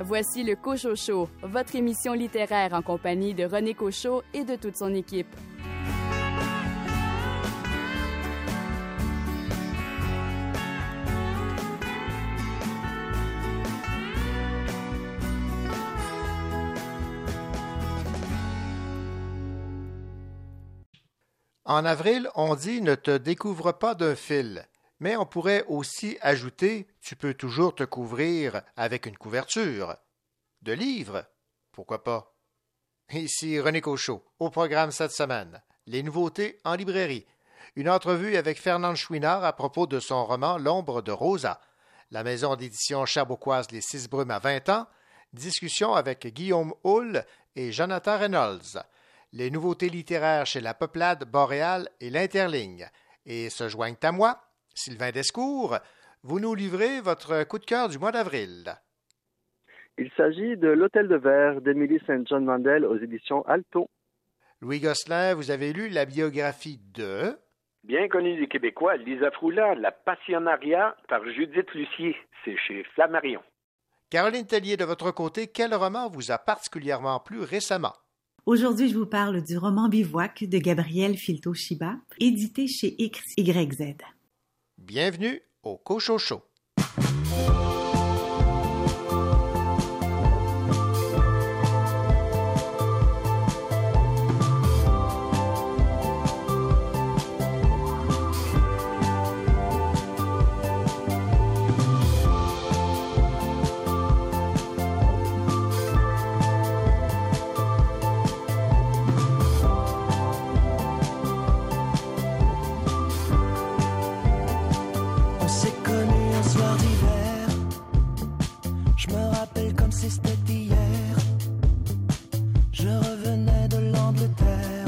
Voici le Cochocho, votre émission littéraire en compagnie de René Cochot et de toute son équipe. En avril, on dit « ne te découvre pas d'un fil », mais on pourrait aussi ajouter « tu peux toujours te couvrir avec une couverture ». De livres? Pourquoi pas? Ici René Cochot, au programme cette semaine. Les nouveautés en librairie. Une entrevue avec Fernande Chouinard à propos de son roman « L'ombre de Rosa ». La maison d'édition cherbourgoise Les Six Brumes à 20 ans. Discussion avec Guillaume Houle et Jonathan Reynolds. Les nouveautés littéraires chez La Peuplade Boréale et l'Interligne. Et se joignent à moi, Sylvain Descours. Vous nous livrez votre coup de cœur du mois d'avril. Il s'agit de L'Hôtel de Verre d'Émilie St. John Mandel aux éditions Alto. Louis Gosselin, vous avez lu la biographie de... Bien connue des Québécois, Lisa Froula, La Passionnariat par Judith Lucier. C'est chez Flammarion. Caroline Tellier, de votre côté, quel roman vous a particulièrement plu récemment? Aujourd'hui, je vous parle du roman Bivouac de Gabriel Filto-Shiba, édité chez XYZ. Bienvenue au Cochocho. C'était hier, je revenais de l'Angleterre,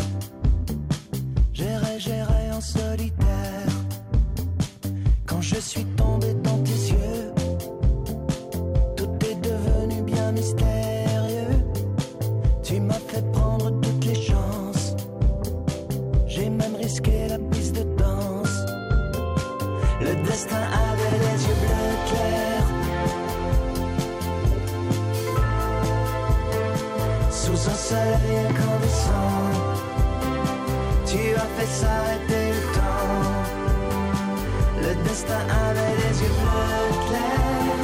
j'errais en solitaire, quand je suis tombé dans tes yeux, tout est devenu bien mystérieux, tu m'as fait prendre toutes les chances, j'ai même risqué la piste de danse, le destin avait les yeux bleus clairs. Sous un soleil incandescent, tu as fait s'arrêter le temps. Le destin avait les yeux bleus clairs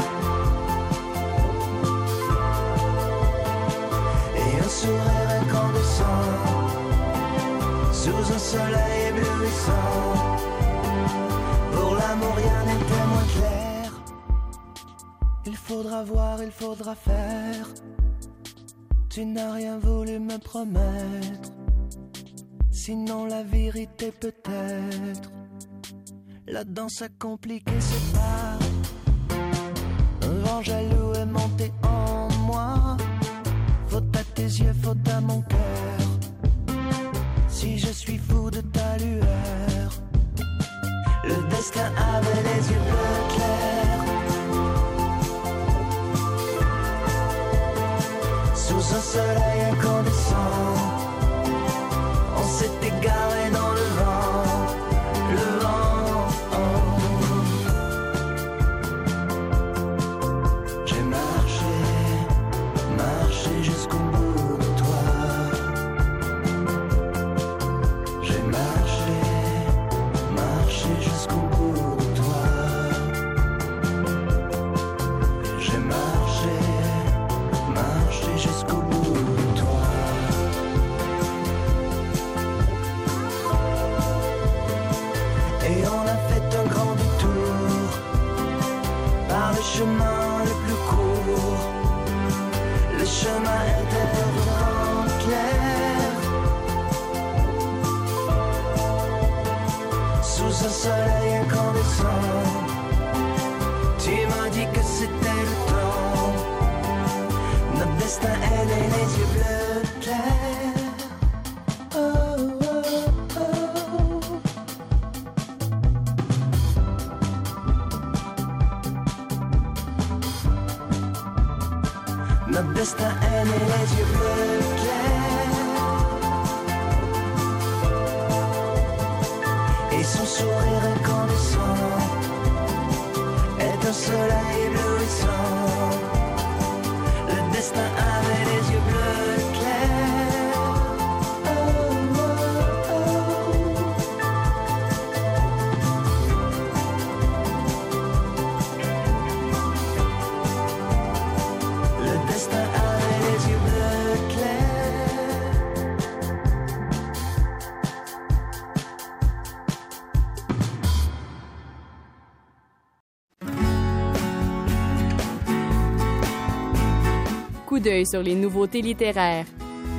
et un sourire incandescent. Sous un soleil éblouissant, pour l'amour rien n'était moins clair. Il faudra voir, il faudra faire. Tu n'as rien voulu me promettre, sinon la vérité peut-être. La danse a compliqué ses pas, un vent jaloux est monté en moi. Faute à tes yeux, faute à mon cœur, si je suis fou de ta lueur. Le destin avait les yeux bleus clairs. Sous un soleil incandescent, on s'est égaré dans le vent, le vent. J'ai marché jusqu'au bout de toi. J'ai marché jusqu'au bout de toi. J'ai marché jusqu'au bout de toi. Et on a fait un grand détour par le chemin le plus court. Le chemin était vraiment clair. Sous un soleil incandescent, tu m'as dit que c'était le temps. Notre destin est né, les yeux bleus clairs. Oh, oh, oh. Notre destin est né, les yeux bleus clairs. Et son sourire incandescent est un soleil éblouissant. d'œil sur les nouveautés littéraires.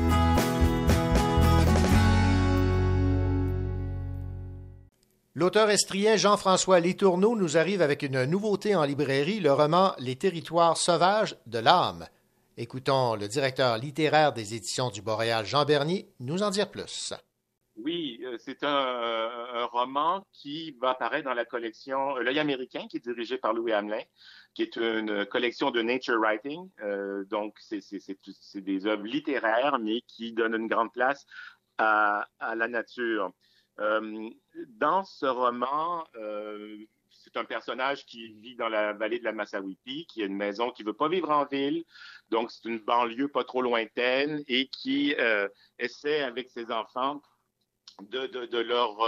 L'auteur estrien Jean-François Letourneau nous arrive avec une nouveauté en librairie, le roman Les territoires sauvages de l'âme. Écoutons le directeur littéraire des éditions du Boréal, Jean Bernier, nous en dire plus. Oui, c'est un roman qui va apparaître dans la collection L'œil américain, qui est dirigé par Louis Hamelin, qui est une collection de nature writing. Donc, c'est des œuvres littéraires, mais qui donnent une grande place à la nature. Dans ce roman, c'est un personnage qui vit dans la vallée de la Massawippi, qui a une maison qui ne veut pas vivre en ville. Donc, c'est une banlieue pas trop lointaine et qui essaie avec ses enfants de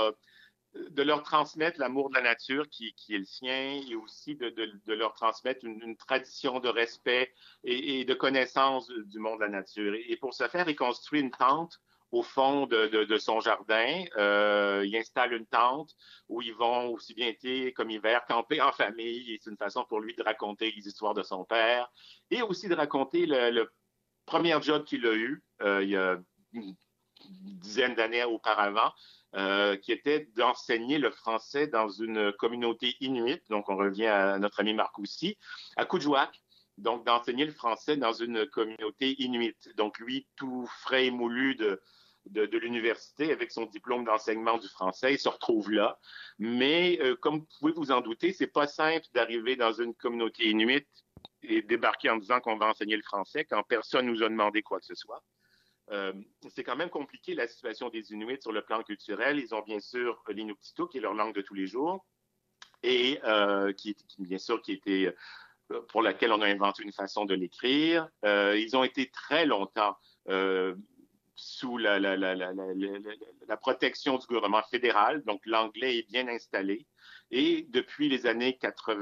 leur transmettre l'amour de la nature qui est le sien et aussi de leur transmettre une tradition de respect et de connaissance du monde de la nature. Et pour ce faire, il construit une tente au fond de son jardin. Il installe une tente où ils vont aussi bien été comme hiver camper en famille. Et c'est une façon pour lui de raconter les histoires de son père et aussi de raconter le premier job qu'il a eu il y a une dizaine d'années auparavant, qui était d'enseigner le français dans une communauté inuite. Donc, on revient à notre ami Marcoussis, à Kuujjuaq. Donc, d'enseigner le français dans une communauté inuite. Donc, lui, tout frais et moulu de l'université avec son diplôme d'enseignement du français, il se retrouve là. Mais, comme vous pouvez vous en douter, c'est pas simple d'arriver dans une communauté inuite et débarquer en disant qu'on va enseigner le français quand personne nous a demandé quoi que ce soit. C'est quand même compliqué la situation des Inuits sur le plan culturel. Ils ont bien sûr l'Inuktitut, qui est leur langue de tous les jours, et qui était pour laquelle on a inventé une façon de l'écrire. Ils ont été très longtemps sous la protection du gouvernement fédéral, donc l'anglais est bien installé. Et depuis les années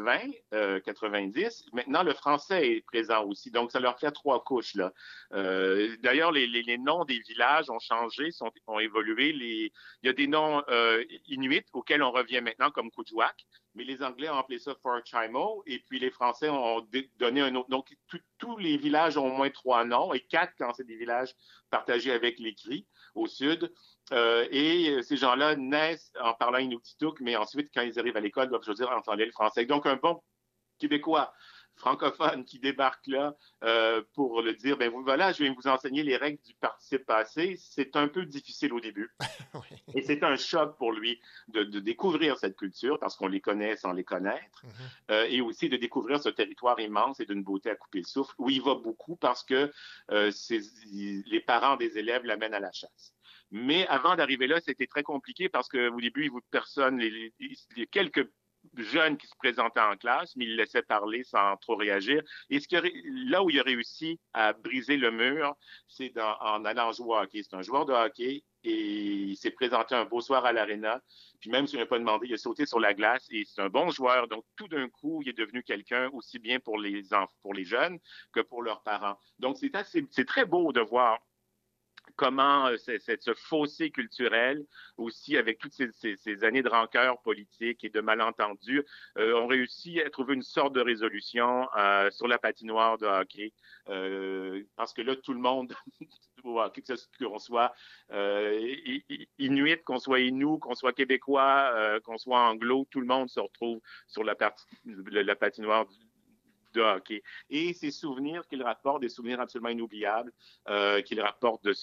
90, maintenant le français est présent aussi. Donc, ça leur fait 3 couches, là. D'ailleurs, les noms des villages ont changé, ont évolué. Il y a des noms inuits auxquels on revient maintenant, comme Kuujjuaq, mais les Anglais ont appelé ça Fort Chimo, et puis les Français ont donné un autre. Donc, tous les villages ont au moins 3 noms, et 4 quand c'est des villages partagés avec les Cris au sud. Et ces gens-là naissent en parlant inuktitut, mais ensuite, quand ils arrivent à l'école, doivent choisir entendre le français. Donc, un bon Québécois francophone qui débarque là pour le dire, ben voilà, je vais vous enseigner les règles du participe passé, c'est un peu difficile au début. Oui. Et c'est un choc pour lui de découvrir cette culture, parce qu'on les connaît sans les connaître, et aussi de découvrir ce territoire immense et d'une beauté à couper le souffle, où il va beaucoup parce que les parents des élèves l'amènent à la chasse. Mais avant d'arriver là, c'était très compliqué parce qu'au début, il y a quelques jeunes qui se présentaient en classe, mais il laissait parler sans trop réagir. Et là où il a réussi à briser le mur, c'est en allant jouer au hockey. C'est un joueur de hockey et il s'est présenté un beau soir à l'aréna. Puis même s'il n'a pas demandé, il a sauté sur la glace et c'est un bon joueur. Donc, tout d'un coup, il est devenu quelqu'un aussi bien pour les jeunes que pour leurs parents. Donc, c'est très beau de voir comment ce fossé culturel, aussi avec toutes ces années de rancœur politique et de malentendus, ont réussi à trouver une sorte de résolution sur la patinoire de hockey. Parce que là, tout le monde, qu'on soit inuit, qu'on soit inou, qu'on soit québécois, qu'on soit anglo, tout le monde se retrouve sur la patinoire de hockey. Et ces souvenirs qu'il rapporte, des souvenirs absolument inoubliables qu'il rapporte de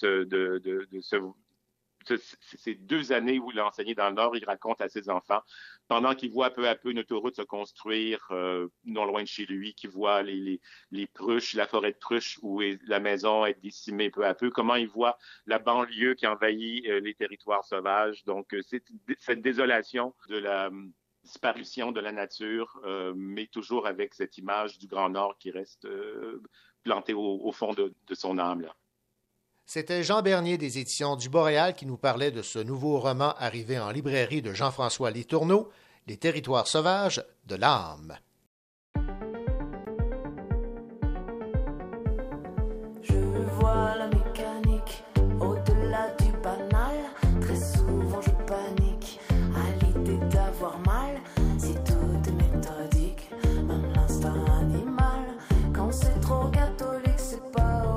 ces 2 années où il a enseigné dans le Nord, il raconte à ses enfants, pendant qu'il voit peu à peu une autoroute se construire non loin de chez lui, qu'il voit les pruches, la forêt de pruches où la maison est décimée peu à peu, comment il voit la banlieue qui envahit les territoires sauvages. Donc, c'est cette désolation de la disparition de la nature, mais toujours avec cette image du Grand Nord qui reste plantée au fond de son âme, là. C'était Jean Bernier des éditions du Boréal qui nous parlait de ce nouveau roman arrivé en librairie de Jean-François Letourneau, Les territoires sauvages de l'âme. Je vois la mécanique au-delà du banal. Très souvent je panique à l'idée d'avoir mal. Si tout est méthodique, même l'instinct animal. Quand c'est trop catholique, c'est pas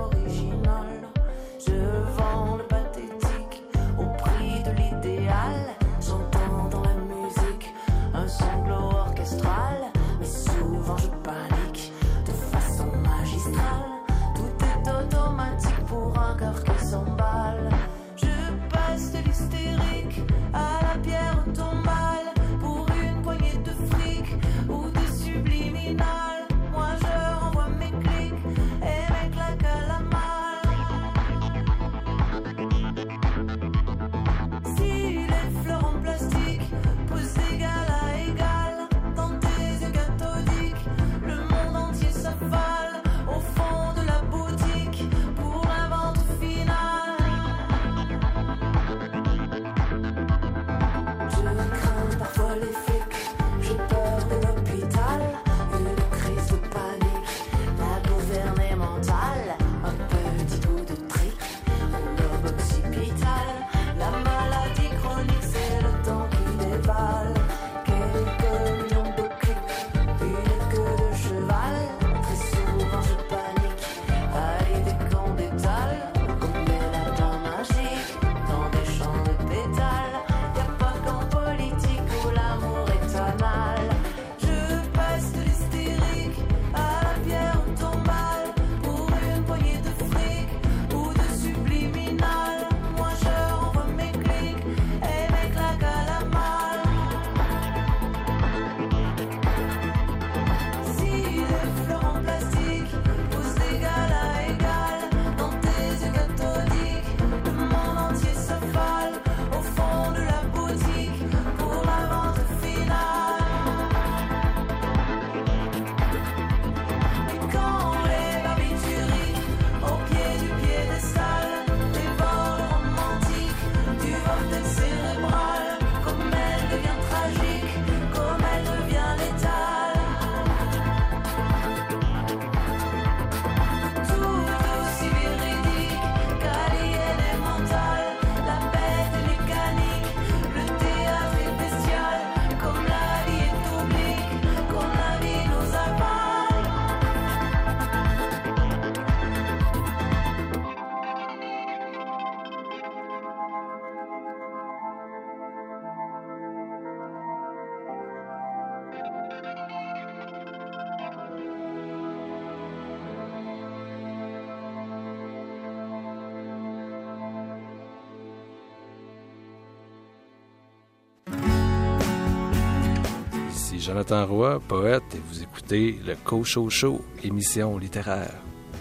suis Jonathan Roy, poète, et vous écoutez le Cochot Show, émission littéraire.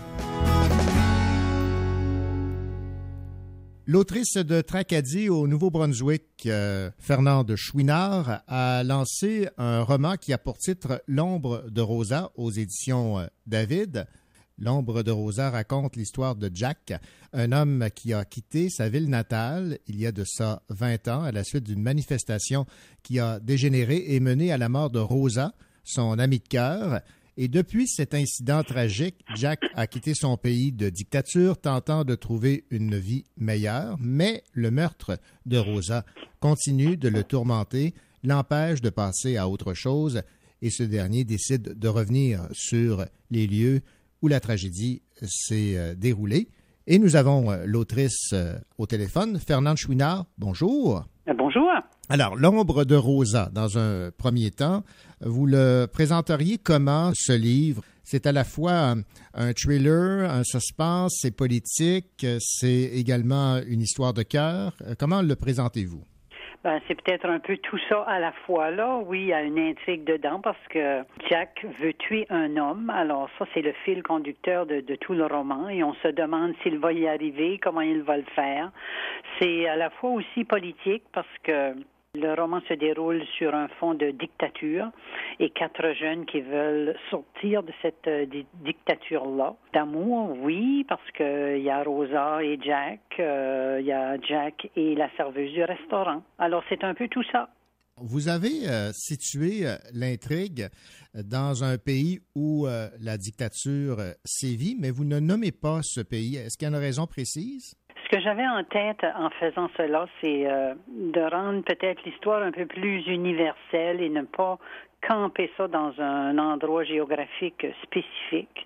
L'autrice de Tracadie au Nouveau-Brunswick, Fernande Chouinard, a lancé un roman qui a pour titre L'ombre de Rosa aux éditions David. L'ombre de Rosa raconte l'histoire de Jack, un homme qui a quitté sa ville natale il y a de ça 20 ans à la suite d'une manifestation qui a dégénéré et mené à la mort de Rosa, son amie de cœur. Et depuis cet incident tragique, Jack a quitté son pays de dictature, tentant de trouver une vie meilleure, mais le meurtre de Rosa continue de le tourmenter, l'empêche de passer à autre chose, et ce dernier décide de revenir sur les lieux où la tragédie s'est déroulée. Et nous avons l'autrice au téléphone, Fernande Chouinard. Bonjour. Bonjour. Alors, L'ombre de Rosa, dans un premier temps, vous le présenteriez comment, ce livre? C'est à la fois un thriller, un suspense, c'est politique, c'est également une histoire de cœur. Comment le présentez-vous? Ben, c'est peut-être un peu tout ça à la fois là. Oui, il y a une intrigue dedans parce que Jack veut tuer un homme. Alors ça, c'est le fil conducteur de tout le roman et on se demande s'il va y arriver, comment il va le faire. C'est à la fois aussi politique parce que le roman se déroule sur un fond de dictature et 4 jeunes qui veulent sortir de cette dictature-là. D'amour, oui, parce qu'il y a Rosa et Jack, il y a Jack et la serveuse du restaurant. Alors, c'est un peu tout ça. Vous avez situé l'intrigue dans un pays où la dictature sévit, mais vous ne nommez pas ce pays. Est-ce qu'il y a une raison précise? Ce que j'avais en tête en faisant cela, c'est de rendre peut-être l'histoire un peu plus universelle et ne pas camper ça dans un endroit géographique spécifique.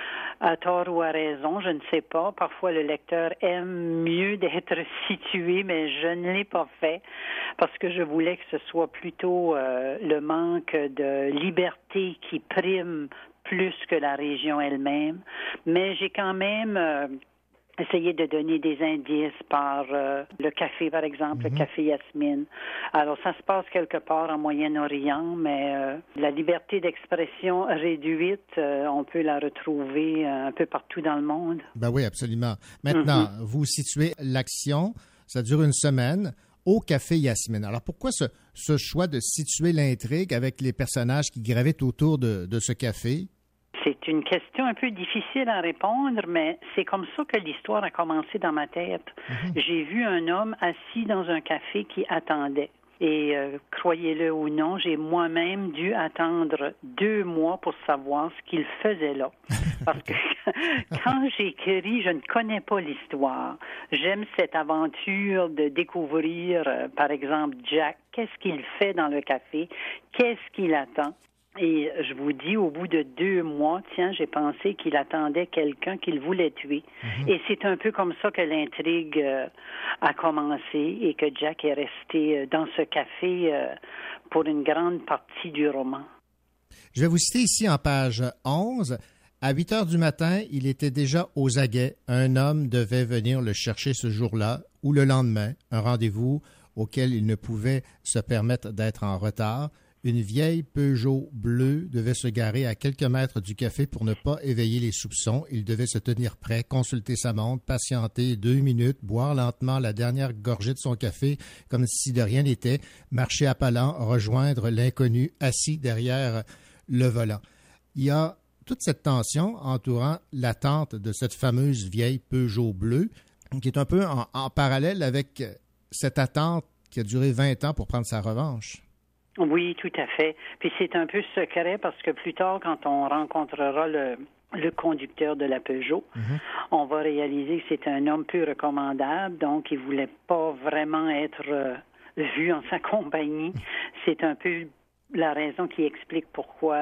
À tort ou à raison, je ne sais pas. Parfois, le lecteur aime mieux d'être situé, mais je ne l'ai pas fait parce que je voulais que ce soit plutôt le manque de liberté qui prime plus que la région elle-même. Mais j'ai quand même essayer de donner des indices par le café, par exemple, le café Yasmine. Alors, ça se passe quelque part en Moyen-Orient, mais la liberté d'expression réduite, on peut la retrouver un peu partout dans le monde. Ben oui, absolument. Maintenant, vous situez l'action, ça dure une semaine, au café Yasmine. Alors, pourquoi ce choix de situer l'intrigue avec les personnages qui gravitent autour de ce café? C'est une question un peu difficile à répondre, mais c'est comme ça que l'histoire a commencé dans ma tête. J'ai vu un homme assis dans un café qui attendait. Et croyez-le ou non, j'ai moi-même dû attendre 2 mois pour savoir ce qu'il faisait là. Parce que quand j'écris, je ne connais pas l'histoire. J'aime cette aventure de découvrir, par exemple, Jack. Qu'est-ce qu'il fait dans le café? Qu'est-ce qu'il attend? Et je vous dis, au bout de 2 mois, tiens, j'ai pensé qu'il attendait quelqu'un qu'il voulait tuer. Et c'est un peu comme ça que l'intrigue a commencé et que Jack est resté dans ce café pour une grande partie du roman. Je vais vous citer ici en page 11. À 8 heures du matin, il était déjà aux aguets. Un homme devait venir le chercher ce jour-là ou le lendemain, un rendez-vous auquel il ne pouvait se permettre d'être en retard. Une vieille Peugeot bleue devait se garer à quelques mètres du café pour ne pas éveiller les soupçons. Il devait se tenir prêt, consulter sa montre, patienter 2 minutes, boire lentement la dernière gorgée de son café comme si de rien n'était, marcher à pas lents, rejoindre l'inconnu assis derrière le volant. Il y a toute cette tension entourant l'attente de cette fameuse vieille Peugeot bleue qui est un peu en parallèle avec cette attente qui a duré 20 ans pour prendre sa revanche. Oui, tout à fait. Puis c'est un peu secret parce que plus tard, quand on rencontrera le conducteur de la Peugeot, on va réaliser que c'est un homme peu recommandable, donc il voulait pas vraiment être vu en sa compagnie. C'est un peu la raison qui explique pourquoi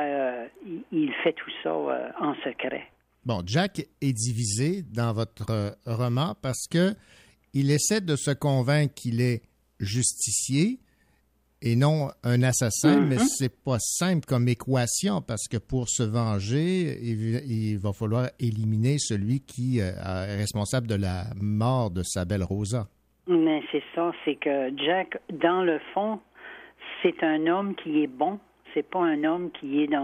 il fait tout ça en secret. Bon, Jack est divisé dans votre roman parce que il essaie de se convaincre qu'il est justicier et non un assassin, mais c'est pas simple comme équation parce que pour se venger, il va falloir éliminer celui qui est responsable de la mort de sa belle Rosa. Mais c'est ça, c'est que Jack, dans le fond, c'est un homme qui est bon. c'est pas un homme qui est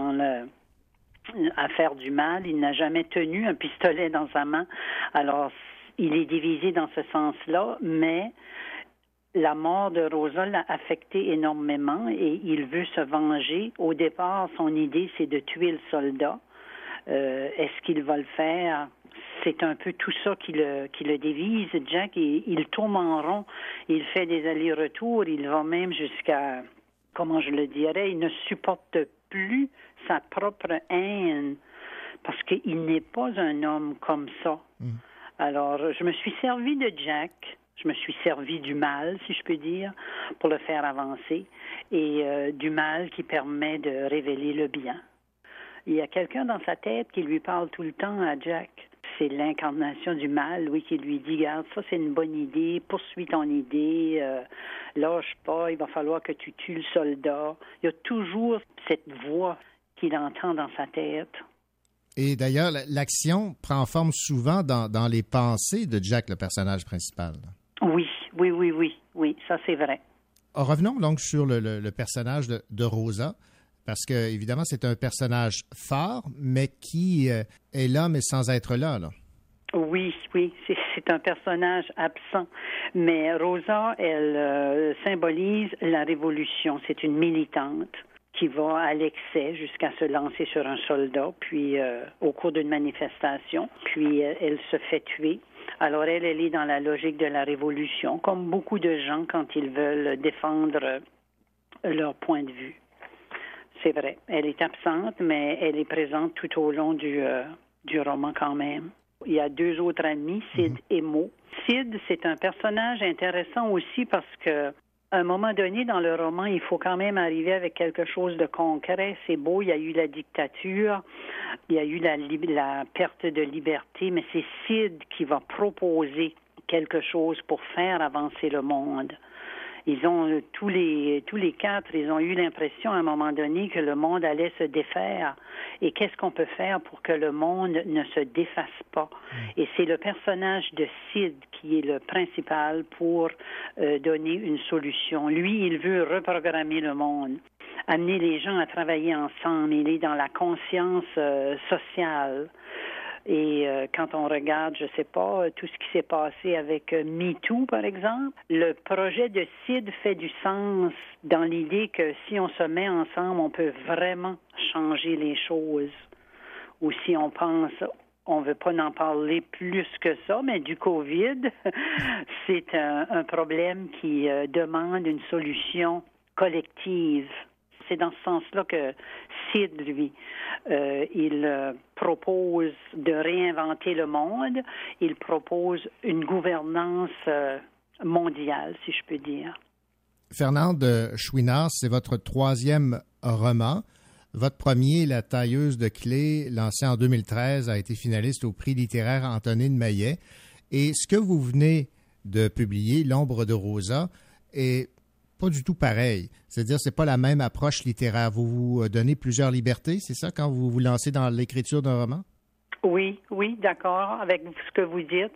à faire du mal. Il n'a jamais tenu un pistolet dans sa main. Alors, il est divisé dans ce sens-là, mais la mort de Rosa l'a affecté énormément et il veut se venger. Au départ, son idée, c'est de tuer le soldat. Est-ce qu'il va le faire? C'est un peu tout ça qui le dévise, Jack. Il tourne en rond, il fait des allers-retours, il va même jusqu'à, comment je le dirais, il ne supporte plus sa propre haine parce qu'il n'est pas un homme comme ça. Alors, je me suis servi de Jack, je me suis servi du mal, si je peux dire, pour le faire avancer, et du mal qui permet de révéler le bien. Il y a quelqu'un dans sa tête qui lui parle tout le temps à Jack. C'est l'incarnation du mal, oui, qui lui dit, regarde, ça c'est une bonne idée, poursuis ton idée, lâche pas, il va falloir que tu tues le soldat. Il y a toujours cette voix qu'il entend dans sa tête. Et d'ailleurs, l'action prend forme souvent dans les pensées de Jack, le personnage principal. Oui, ça c'est vrai. Revenons donc sur le personnage de Rosa, parce que évidemment c'est un personnage phare, mais qui est là, mais sans être là. Oui, c'est un personnage absent. Mais Rosa, elle symbolise la révolution. C'est une militante qui va à l'excès jusqu'à se lancer sur un soldat, puis au cours d'une manifestation, puis elle se fait tuer. Alors elle est dans la logique de la révolution, comme beaucoup de gens quand ils veulent défendre leur point de vue. C'est vrai, elle est absente, mais elle est présente tout au long du roman quand même. Il y a deux autres amis, Sid et Mo. Sid, c'est un personnage intéressant aussi parce que à un moment donné, dans le roman, il faut quand même arriver avec quelque chose de concret. C'est beau, il y a eu la dictature, il y a eu la perte de liberté, mais c'est Sid qui va proposer quelque chose pour faire avancer le monde. Ils ont tous les quatre, ils ont eu l'impression à un moment donné que le monde allait se défaire. Et qu'est-ce qu'on peut faire pour que le monde ne se défasse pas? Et c'est le personnage de Sid qui est le principal pour donner une solution. Lui, il veut reprogrammer le monde, amener les gens à travailler ensemble. Il est dans la conscience sociale. Et quand on regarde, je sais pas, tout ce qui s'est passé avec MeToo, par exemple, le projet de Sid fait du sens dans l'idée que si on se met ensemble, on peut vraiment changer les choses. Ou si on pense, on veut pas en parler plus que ça, mais du COVID, c'est un problème qui demande une solution collective. C'est dans ce sens-là que Sid, lui, il propose de réinventer le monde. Il propose une gouvernance mondiale, si je peux dire. Fernande Chouinard, c'est votre troisième roman. Votre premier, La tailleuse de clés, lancé en 2013, a été finaliste au prix littéraire Antonine Maillet. Et ce que vous venez de publier, L'ombre de Rosa, est pas du tout pareil. C'est-à-dire, c'est pas la même approche littéraire. Vous vous donnez plusieurs libertés, c'est ça, quand vous vous lancez dans l'écriture d'un roman? Oui, d'accord, avec ce que vous dites.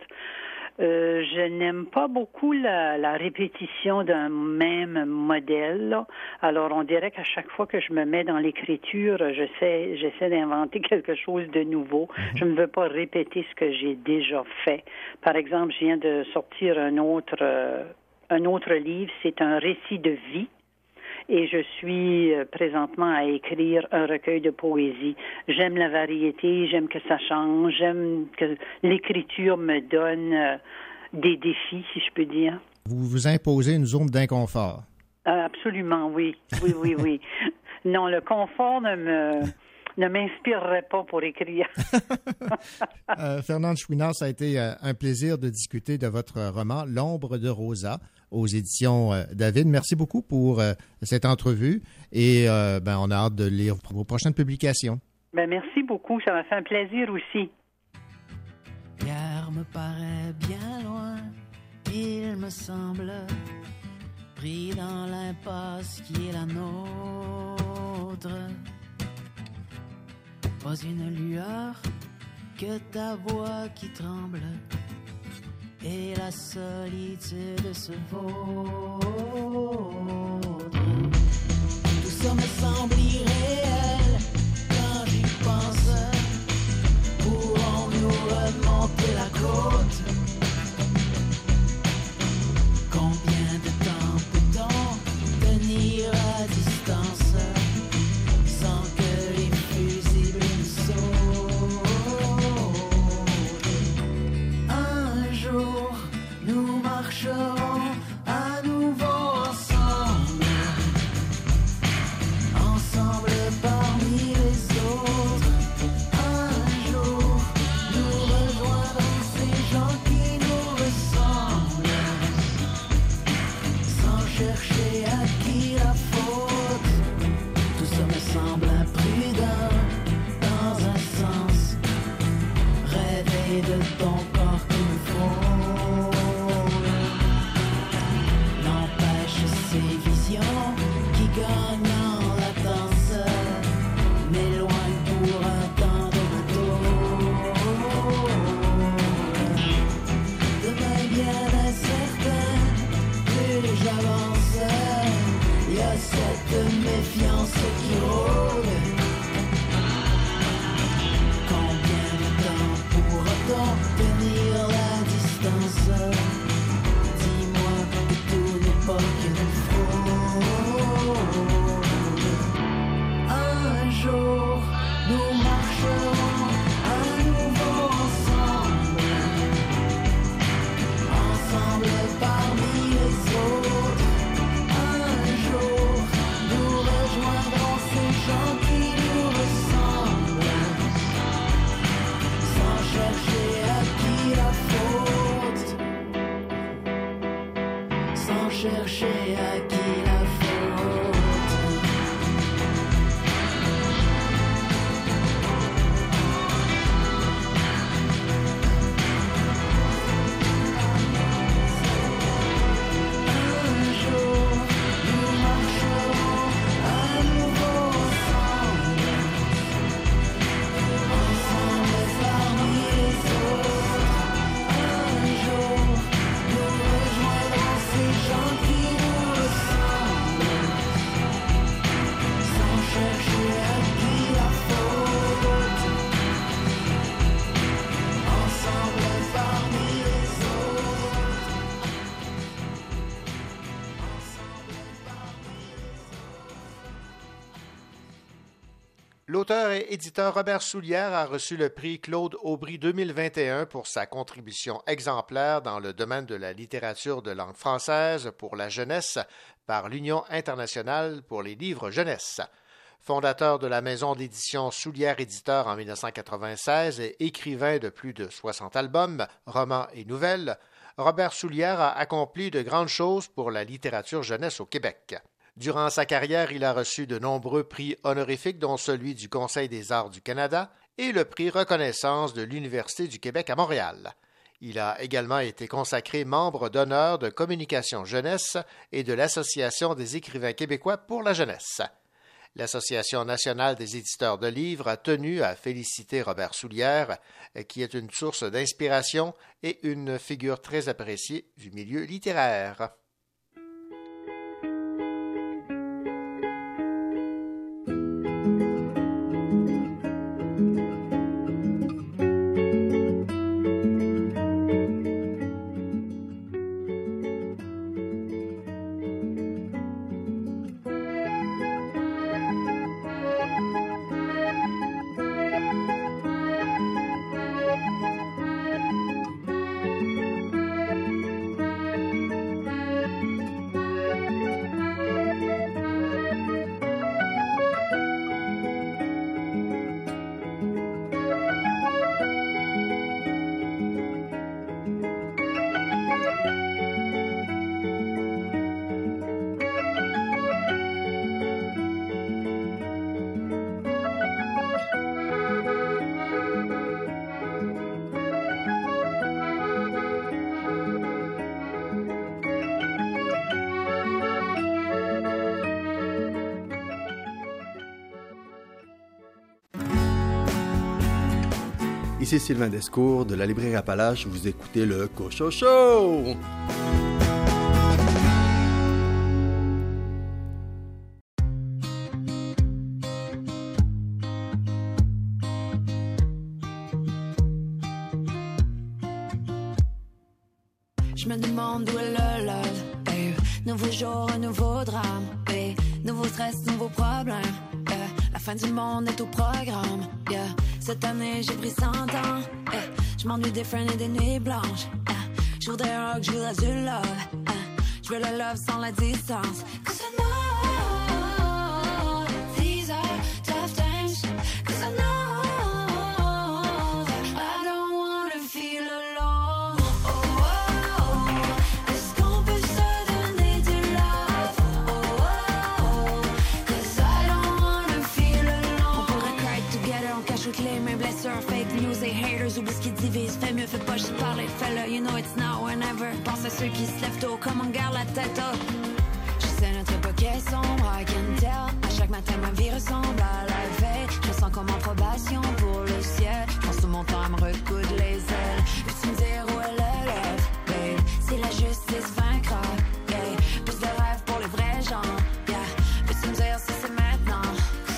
Je n'aime pas beaucoup la répétition d'un même modèle, là. Alors, on dirait qu'à chaque fois que je me mets dans l'écriture, j'essaie d'inventer quelque chose de nouveau. Je ne veux pas répéter ce que j'ai déjà fait. Par exemple, je viens de sortir un autre livre, c'est un récit de vie. Et je suis présentement à écrire un recueil de poésie. J'aime la variété, j'aime que ça change, j'aime que l'écriture me donne des défis, si je peux dire. Vous vous imposez une zone d'inconfort. Absolument, oui. Oui. Non, le confort ne m'inspirerait pas pour écrire. Fernande Chouinard, ça a été un plaisir de discuter de votre roman « L'ombre de Rosa » aux éditions David. Merci beaucoup pour cette entrevue et on a hâte de lire vos prochaines publications. Merci beaucoup, ça m'a fait un plaisir aussi. Pierre me paraît bien loin, il me semble, pris dans l'impasse qui est la nôtre. Pas une lueur que ta voix qui tremble et la solitude se vaudre. Tout ça me semble irréel quand j'y pense. Pourrons-nous remonter la côte? Combien de temps peut-on tenir à distance sans que les fusibles nous sautent? Un jour, nous marcherons à nouveau ensemble, ensemble parmi les autres. Un jour, nous rejoindrons ces gens qui nous ressemblent, sans chercher à qui la faute. Tout ça me semble imprudent dans un sens. Rêver de ton corps qui me frôle n'empêche ces visions qui gagnent en latence, m'éloignent pour un temps de retour. Demain bien incertain, plus j'avance, il y a cette méfiance qui rôde. Combien de temps pourra-t-on tenir la distance? Dis-moi que tout n'est pas qu'une fraude. Un jour, nous marcherons à nouveau ensemble, ensemble parmi les autres. Un jour, nous rejoindrons ces gens qui nous ressemblent, sans chercher à qui la faute, sans chercher à qui la faute. Un jour, nous marcherons à nouveau ensemble, ensemble parmi les autres. Un jour, nous rejoindrons ces gens qui nous ressemblent, sans chercher à qui la faute, ensemble parmi les autres. L'auteur et éditeur Robert Soulière a reçu le prix Claude Aubry 2021 pour sa contribution exemplaire dans le domaine de la littérature de langue française pour la jeunesse par l'Union internationale pour les livres jeunesse. Fondateur de la maison d'édition Soulière Éditeur en 1996 et écrivain de plus de 60 albums, romans et nouvelles, Robert Soulière a accompli de grandes choses pour la littérature jeunesse au Québec. Durant sa carrière, il a reçu de nombreux prix honorifiques, dont celui du Conseil des arts du Canada et le prix Reconnaissance de l'Université du Québec à Montréal. Il a également été consacré membre d'honneur de Communication Jeunesse et de l'Association des écrivains québécois pour la jeunesse. L'Association nationale des éditeurs de livres a tenu à féliciter Robert Soulière, qui est une source d'inspiration et une figure très appréciée du milieu littéraire. Ici Sylvain Descours de la librairie Appalache. Vous écoutez le Cochon Show! Je me demande où est le love, babe. Nouveau jour, un nouveau drame, babe. Nouveau stress, nouveau problème, yeah. La fin du monde est au programme, yeah. Cette année, j'ai pris 100 ans, yeah. Je m'ennuie des friends et des nuits blanches, yeah. Je voudrais un rock, je voudrais du love, yeah. Je veux le love sans la distance. Cause I know these are tough times. Cause I know that I don't wanna feel alone. Oh, oh, oh. Est-ce qu'on peut se donner du love? Oh, oh, oh. Cause I don't wanna feel alone. On pourrait cry together, on cache toutes les mêmes blessures. Fake news et haters, oublie ce qui divise. Fais mieux, fais pas juste parler, fais-le. You know it's now or never. Pense à ceux qui se lèvent tôt, comme on garde la tête haute. Je sais notre époque est sombre, I can tell. À chaque matin, ma vie ressemble à la veille. Je me sens comme en probation pour le ciel. Je pense tout mon temps à me recoudre les ailes. Peux-tu me dire où est le love, babe? Si la justice vaincra, yeah. Plus de rêves pour les vrais gens, yeah. Peux-tu me dire si c'est maintenant?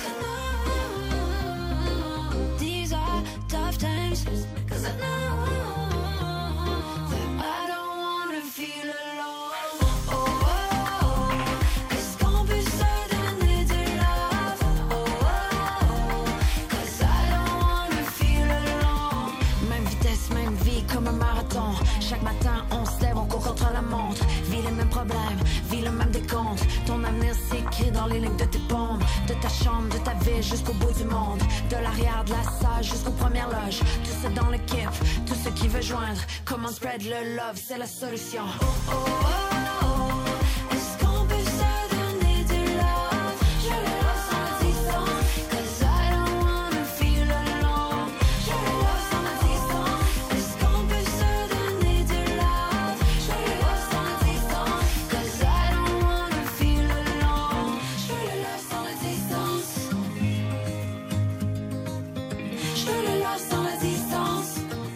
These are tough times. Cause I know that I don't wanna feel alone. Oh, oh, oh. Est-ce qu'on peut se donner du love? Oh, oh, oh. Cause I don't wanna feel alone. Même vitesse, même vie comme un marathon. Chaque matin on se lève, on court contre la montre. Vis les mêmes problèmes, vis le même décompte. Ton avenir s'écrit dans les lignes de tes paumes. De ta chambre, de ta ville jusqu'au bout du monde. De l'arrière de la salle jusqu'aux premières loges. Tout ça dans l'équipe, tout ce qui veut joindre. Comment spread le love, c'est la solution. Oh, oh, oh, oh. Est-ce qu'on peut se donner du love? Je le love sans la distance. Cause I don't wanna feel alone. Je le love sans la distance. Est-ce qu'on peut se donner du love? Je le love sans la distance. Cause I don't wanna feel alone. Je le love sans la distance. Je le love sans la distance.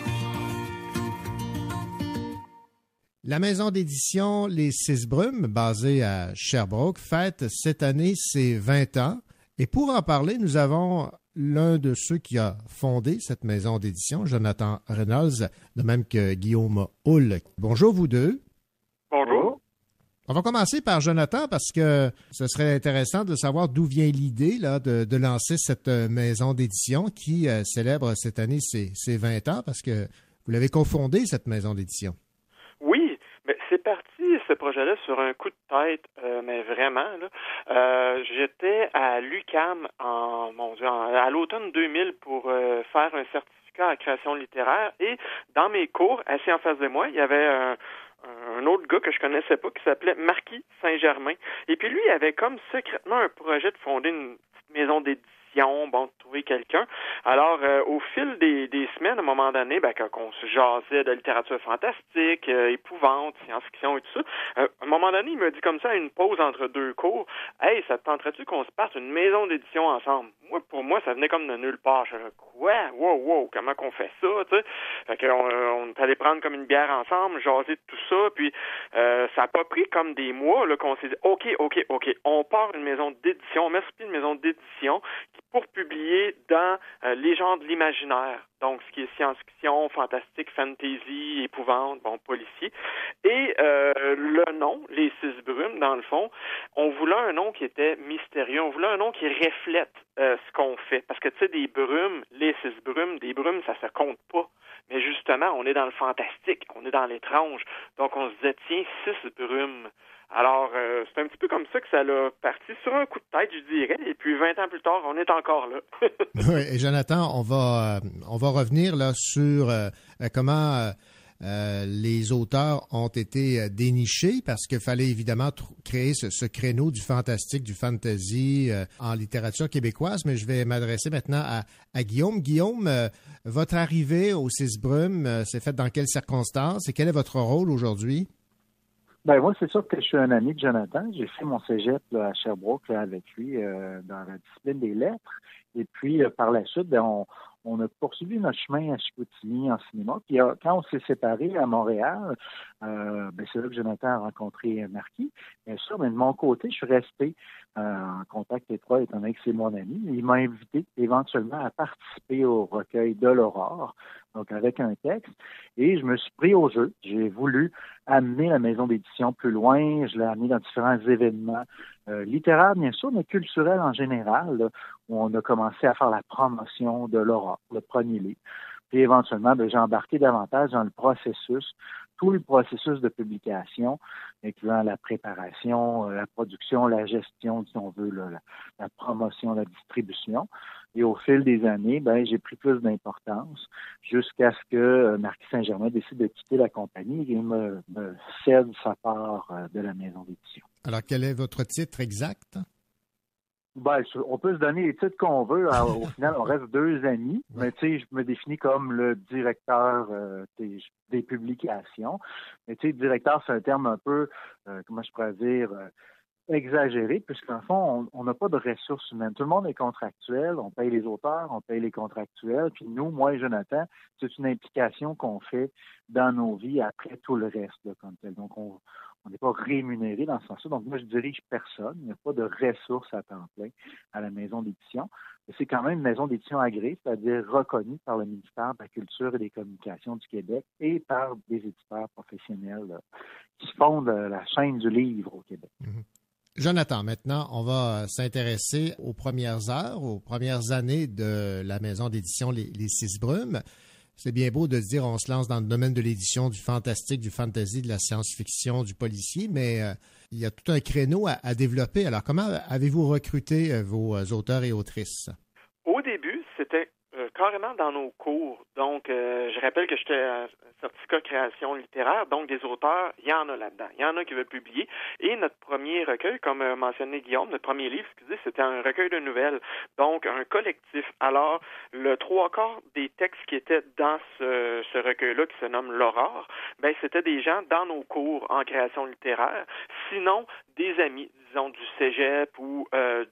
La maison d'édition Les Six Brumes, basée à Sherbrooke, fête cette année ses 20 ans. Et pour en parler, nous avons l'un de ceux qui a fondé cette maison d'édition, Jonathan Reynolds, de même que Guillaume Hull. Bonjour vous deux. Bonjour. On va commencer par Jonathan parce que ce serait intéressant de savoir d'où vient l'idée là, de lancer cette maison d'édition qui célèbre cette année ses 20 ans parce que vous l'avez cofondée, cette maison d'édition. Oui, mais c'est parti ce projet-là sur un coup de tête, mais vraiment. Là. J'étais à l'UQAM à l'automne 2000 pour faire un certificat en création littéraire et dans mes cours, assis en face de moi, il y avait un autre gars que je connaissais pas qui s'appelait Marquis Saint-Germain. Et puis lui, il avait comme secrètement un projet de fonder une petite maison d'édition, de trouver quelqu'un. Alors, au fil des semaines, à un moment donné, quand on se jasait de littérature fantastique, épouvante, science-fiction et tout ça, à un moment donné, il me dit comme ça, à une pause entre deux cours, « Hey, ça te tenterait-tu qu'on se passe une maison d'édition ensemble? » Pour moi, ça venait comme de nulle part. Je dis, quoi? Wow, comment qu'on fait ça, tu sais? Fait qu'on est allé prendre comme une bière ensemble, jaser de tout ça, puis ça n'a pas pris comme des mois là, qu'on s'est dit, OK, on part une maison d'édition, on met sur pied une maison d'édition pour publier dans les genres de l'imaginaire, donc ce qui est science-fiction, fantastique, fantasy, épouvante, policier. Et le nom, Les Six Brumes, dans le fond, on voulait un nom qui était mystérieux, on voulait un nom qui reflète ce qu'on fait. Parce que, tu sais, des brumes, les six brumes, des brumes, ça se compte pas. Mais justement, on est dans le fantastique, on est dans l'étrange. Donc, on se disait, tiens, 6 brumes. Alors, c'est un petit peu comme ça que ça l'a parti sur un coup de tête, je dirais. Et puis, 20 ans plus tard, on est encore là. Oui, et Jonathan, on va revenir là sur comment les auteurs ont été dénichés parce qu'il fallait évidemment créer ce créneau du fantastique, du fantasy en littérature québécoise. Mais je vais m'adresser maintenant à Guillaume. Guillaume, votre arrivée aux Six Brumes s'est faite dans quelles circonstances et quel est votre rôle aujourd'hui? Ben moi, c'est sûr que je suis un ami de Jonathan. J'ai fait mon cégep là, à Sherbrooke là, avec lui dans la discipline des lettres. Et puis, par la suite, on a poursuivi notre chemin à Chicoutimi en cinéma. Puis quand on s'est séparés à Montréal, c'est là que Jonathan a rencontré Marquis. Bien sûr, mais de mon côté, je suis resté en contact étroit, étant donné que c'est mon ami. Il m'a invité éventuellement à participer au recueil de l'Aurore, donc avec un texte. Et je me suis pris au jeu. J'ai voulu amener la maison d'édition plus loin. Je l'ai amené dans différents événements littéraires, bien sûr, mais culturels en général, là, où on a commencé à faire la promotion de l'Aurore, le premier livre. Puis éventuellement, j'ai embarqué davantage dans le processus, tout le processus de publication, incluant la préparation, la production, la gestion, si on veut, la promotion, la distribution. Et au fil des années, j'ai pris plus d'importance jusqu'à ce que Marquis Saint-Germain décide de quitter la compagnie et me cède sa part de la maison d'édition. Alors, quel est votre titre exact? On peut se donner les titres qu'on veut. Au final, on reste 2 amis. Mais tu sais, je me définis comme le directeur des publications. Mais tu sais, directeur, c'est un terme un peu, comment je pourrais dire, exagéré, puisqu'en fond, on n'a pas de ressources humaines. Tout le monde est contractuel. On paye les auteurs, on paye les contractuels. Puis nous, moi et Jonathan, c'est une implication qu'on fait dans nos vies après tout le reste, là, comme tel. Donc, on n'est pas rémunéré dans ce sens-là. Donc, moi, je dirige personne. Il n'y a pas de ressources à temps plein à la maison d'édition. Mais c'est quand même une maison d'édition agréée, c'est-à-dire reconnue par le ministère de la Culture et des Communications du Québec et par des éditeurs professionnels qui fondent la chaîne du livre au Québec. Mm-hmm. Jonathan, maintenant, on va s'intéresser aux premières heures, aux premières années de la maison d'édition Les Six Brumes. C'est bien beau de se dire on se lance dans le domaine de l'édition, du fantastique, du fantasy, de la science-fiction, du policier, mais il y a tout un créneau à développer. Alors, comment avez-vous recruté vos auteurs et autrices? Au début, c'était carrément dans nos cours. Donc, je rappelle que j'étais à certificat création littéraire, donc des auteurs, il y en a là-dedans. Il y en a qui veulent publier. Et notre premier recueil, comme mentionné Guillaume, notre premier livre, c'était un recueil de nouvelles, donc un collectif. Alors, le 3/4 des textes qui étaient dans ce recueil-là, qui se nomme l'Aurore, c'était des gens dans nos cours en création littéraire, sinon des amis, disons, du cégep ou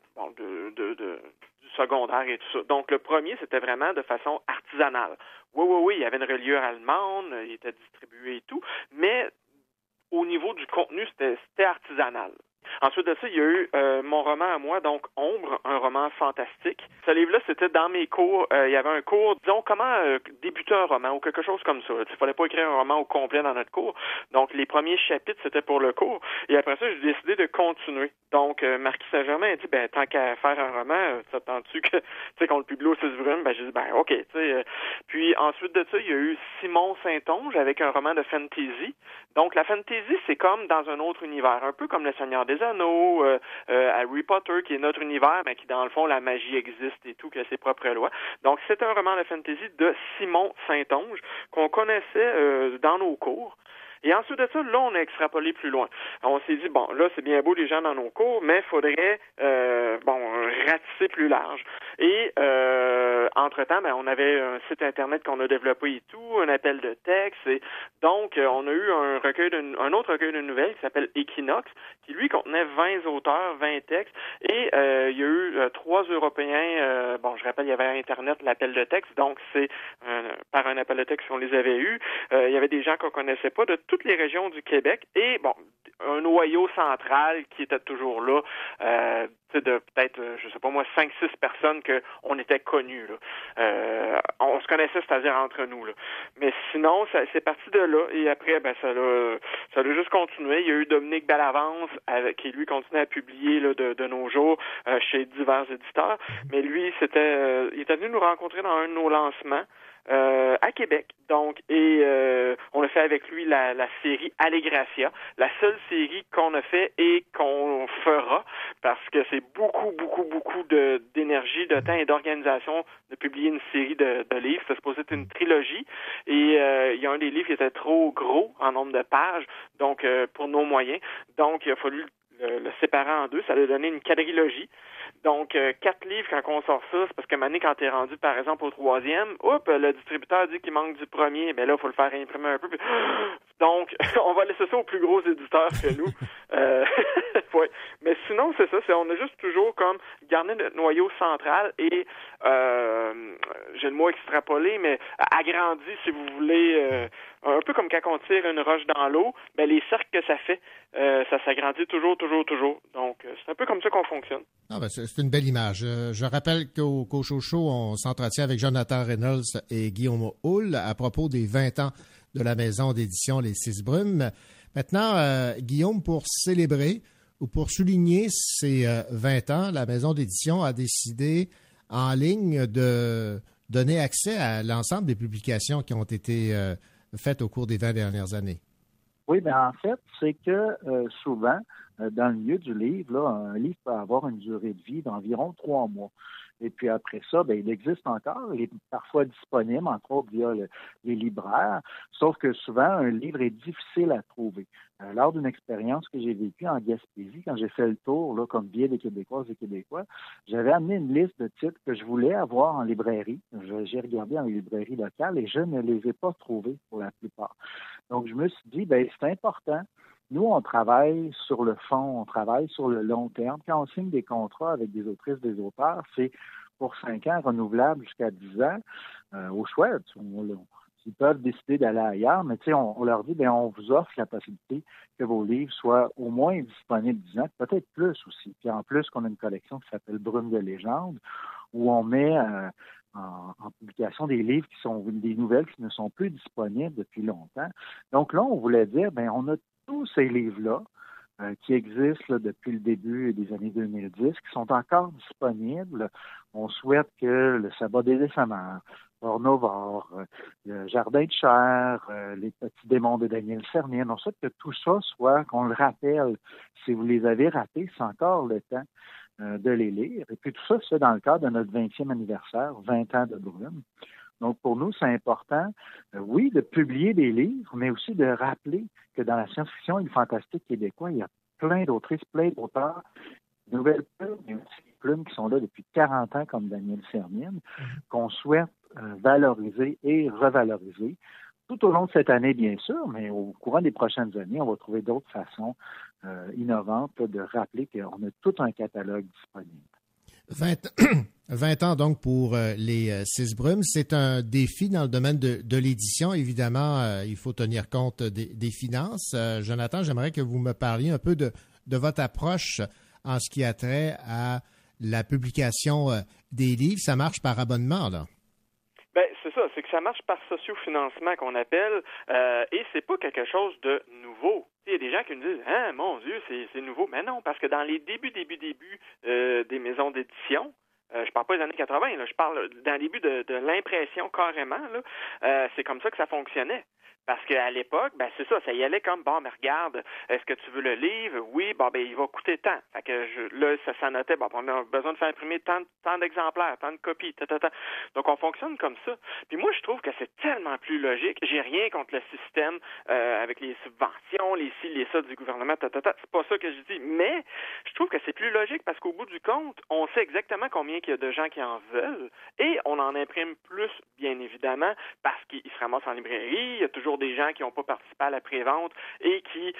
du secondaire et tout ça. Donc, le premier, c'était vraiment de façon artisanale. Oui, il y avait une reliure allemande, il était distribué et tout, mais au niveau du contenu, c'était artisanal. Ensuite de ça, il y a eu mon roman à moi, donc Ombre, un roman fantastique. Ce livre-là, c'était dans mes cours. Il y avait un cours, disons, comment débuter un roman ou quelque chose comme ça. Il ne fallait pas écrire un roman au complet dans notre cours. Donc, les premiers chapitres, c'était pour le cours. Et après ça, j'ai décidé de continuer. Donc, Marquis Saint-Germain a dit, tant qu'à faire un roman, t'attends-tu qu'on le publie au Six Brumes? J'ai dit, OK, Puis, ensuite de ça, il y a eu Simon Saint-Onge avec un roman de fantasy. Donc, la fantasy, c'est comme dans un autre univers, un peu comme Le Seigneur des Anneaux, Harry Potter, qui est notre univers, mais qui, dans le fond, la magie existe et tout, qui a ses propres lois. Donc, c'est un roman de fantasy de Simon Saint-Onge qu'on connaissait dans nos cours. Et ensuite de ça, là, on a extrapolé plus loin. On s'est dit, là, c'est bien beau les gens dans nos cours, mais il faudrait, ratisser plus large. Et, entre-temps, on avait un site Internet qu'on a développé et tout, un appel de texte. Et donc, on a eu un autre recueil de nouvelles qui s'appelle Equinox, qui, lui, contenait 20 auteurs, 20 textes. Et il y a eu 3 Européens, je rappelle, il y avait Internet, l'appel de texte. Donc, c'est par un appel de texte qu'on les avait eus. Il y avait des gens qu'on connaissait pas de toutes les régions du Québec et, un noyau central qui était toujours là, de peut-être, 5-6 personnes qu'on était connus, là. On se connaissait, c'est-à-dire entre nous, là. Mais sinon, c'est parti de là et après, ça a juste continué. Il y a eu Dominique Bellavance, qui lui continuait à publier là, de nos jours chez divers éditeurs. Mais lui, il était venu nous rencontrer dans un de nos lancements. À Québec, donc, et on a fait avec lui la série Allegracia, la seule série qu'on a fait et qu'on fera, parce que c'est beaucoup d'énergie, de temps et d'organisation de publier une série de livres. C'est supposé être une trilogie, et il y a un des livres qui était trop gros en nombre de pages, donc pour nos moyens, donc il a fallu le séparer en 2, ça a donné une quadrilogie. Donc, 4 livres, quand on sort ça, c'est parce que maintenant, quand t'es rendu, par exemple, au 3e, le distributeur dit qu'il manque du premier, mais là, il faut le faire imprimer un peu. Donc, on va laisser ça aux plus gros éditeurs que nous. Oui, mais sinon, c'est ça. On a juste toujours comme gardé notre noyau central et, j'ai le mot extrapolé, mais agrandi, si vous voulez, un peu comme quand on tire une roche dans l'eau, ben les cercles que ça fait, ça s'agrandit toujours. Donc, c'est un peu comme ça qu'on fonctionne. Ah ben c'est une belle image. Je rappelle qu'au Cochocho, on s'entretient avec Jonathan Reynolds et Guillaume Houle à propos des 20 ans de la maison d'édition Les Six Brumes. Maintenant, Guillaume, pour célébrer ou pour souligner ces 20 ans, la maison d'édition a décidé en ligne de donner accès à l'ensemble des publications qui ont été faites au cours des 20 dernières années. Oui, bien en fait, c'est que souvent, dans le milieu du livre, là, un livre peut avoir une durée de vie d'environ 3 mois. Et puis après ça, bien, il existe encore, il est parfois disponible, entre autres via les libraires, sauf que souvent, un livre est difficile à trouver. Lors d'une expérience que j'ai vécue en Gaspésie, quand j'ai fait le tour, là, comme biais des Québécoises et Québécois, j'avais amené une liste de titres que je voulais avoir en librairie. J'ai regardé dans les librairies locales et je ne les ai pas trouvés pour la plupart. Donc, je me suis dit, bien, c'est important. Nous, on travaille sur le fond, on travaille sur le long terme. Quand on signe des contrats avec des autrices, des auteurs, c'est pour 5 ans, renouvelable jusqu'à 10 ans. Au choix, ils peuvent décider d'aller ailleurs, mais on leur dit, bien, on vous offre la possibilité que vos livres soient au moins disponibles 10 ans, peut-être plus aussi. Puis en plus, qu'on a une collection qui s'appelle Brume de légende, où on met en publication des livres qui sont des nouvelles qui ne sont plus disponibles depuis longtemps. Donc là, on voulait dire, bien, on a tous ces livres-là qui existent là, depuis le début des années 2010, qui sont encore disponibles. On souhaite que le Sabbat des éphémères, Ornovore, le Jardin de chair, les petits démons de Daniel Cernier, on souhaite que tout ça soit, qu'on le rappelle. Si vous les avez ratés, c'est encore le temps de les lire. Et puis tout ça, c'est dans le cadre de notre 20e anniversaire, 20 ans de Brume. Donc, pour nous, c'est important, oui, de publier des livres, mais aussi de rappeler que dans la science-fiction et le fantastique québécois, il y a plein d'autrices, plein d'auteurs, de nouvelles plumes, mais aussi des plumes qui sont là depuis 40 ans, comme Daniel Cernier, qu'on souhaite valoriser et revaloriser tout au long de cette année, bien sûr, mais au courant des prochaines années, on va trouver d'autres façons innovantes là, de rappeler qu'on a tout un catalogue disponible. 20 ans donc pour les Six Brumes. C'est un défi dans le domaine de l'édition. Évidemment, il faut tenir compte des finances. Jonathan, j'aimerais que vous me parliez un peu de votre approche en ce qui a trait à la publication des livres. Ça marche par abonnement, là? Ben, c'est ça, c'est que ça marche par sociofinancement qu'on appelle, et c'est pas quelque chose de nouveau. Il y a des gens qui me disent « Ah, mon Dieu, c'est nouveau ». Mais non, parce que dans les débuts des maisons d'édition, je parle pas des années 80, là, je parle dans le début de l'impression carrément, là, c'est comme ça que ça fonctionnait. Parce qu'à l'époque, ben c'est ça y allait comme, bon, mais regarde, est-ce que tu veux le livre? Oui, bon, ben il va coûter tant. Fait que là, ça notait, bon, on a besoin de faire imprimer tant d'exemplaires, tant de copies, Donc, on fonctionne comme ça. Puis moi, je trouve que c'est tellement plus logique. J'ai rien contre le système avec les subventions, les ci, les ça du gouvernement, C'est pas ça que je dis. Mais je trouve que c'est plus logique parce qu'au bout du compte, on sait exactement combien il y a de gens qui en veulent et on en imprime plus, bien évidemment, parce qu'ils se ramassent en librairie. Il y a toujours des gens qui n'ont pas participé à la prévente et qui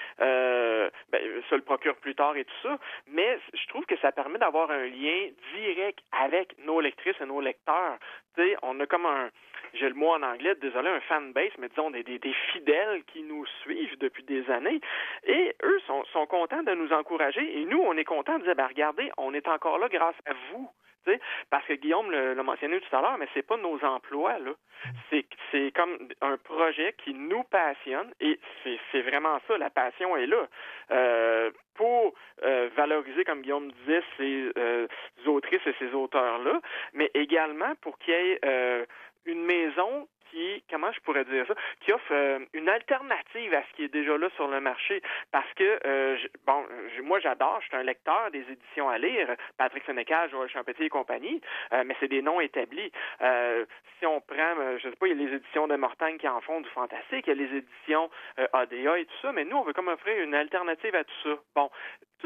se le procurent plus tard et tout ça. Mais je trouve que ça permet d'avoir un lien direct avec nos lectrices et nos lecteurs. Tu sais, on a comme j'ai le mot en anglais, désolé, un fanbase, mais disons des fidèles qui nous suivent depuis des années. Et eux sont contents de nous encourager. Et nous, on est contents de dire, ben regardez, on est encore là grâce à vous. T'sais, parce que Guillaume l'a mentionné tout à l'heure, mais c'est pas nos emplois, là. C'est comme un projet qui nous passionne et c'est vraiment ça, la passion est là. Pour valoriser, comme Guillaume disait, ces autrices et ces auteurs-là, mais également pour qu'il y ait une maison qui, comment je pourrais dire ça, qui offre une alternative à ce qui est déjà là sur le marché. Parce que, moi j'adore, je suis un lecteur des éditions à lire, Patrick Sénécal, Joël Champetier et compagnie, mais c'est des noms établis. Si on prend, je sais pas, il y a les éditions de Mortagne qui en font du fantastique, il y a les éditions ADA et tout ça, mais nous, on veut comme offrir une alternative à tout ça. Bon, toutes les maisons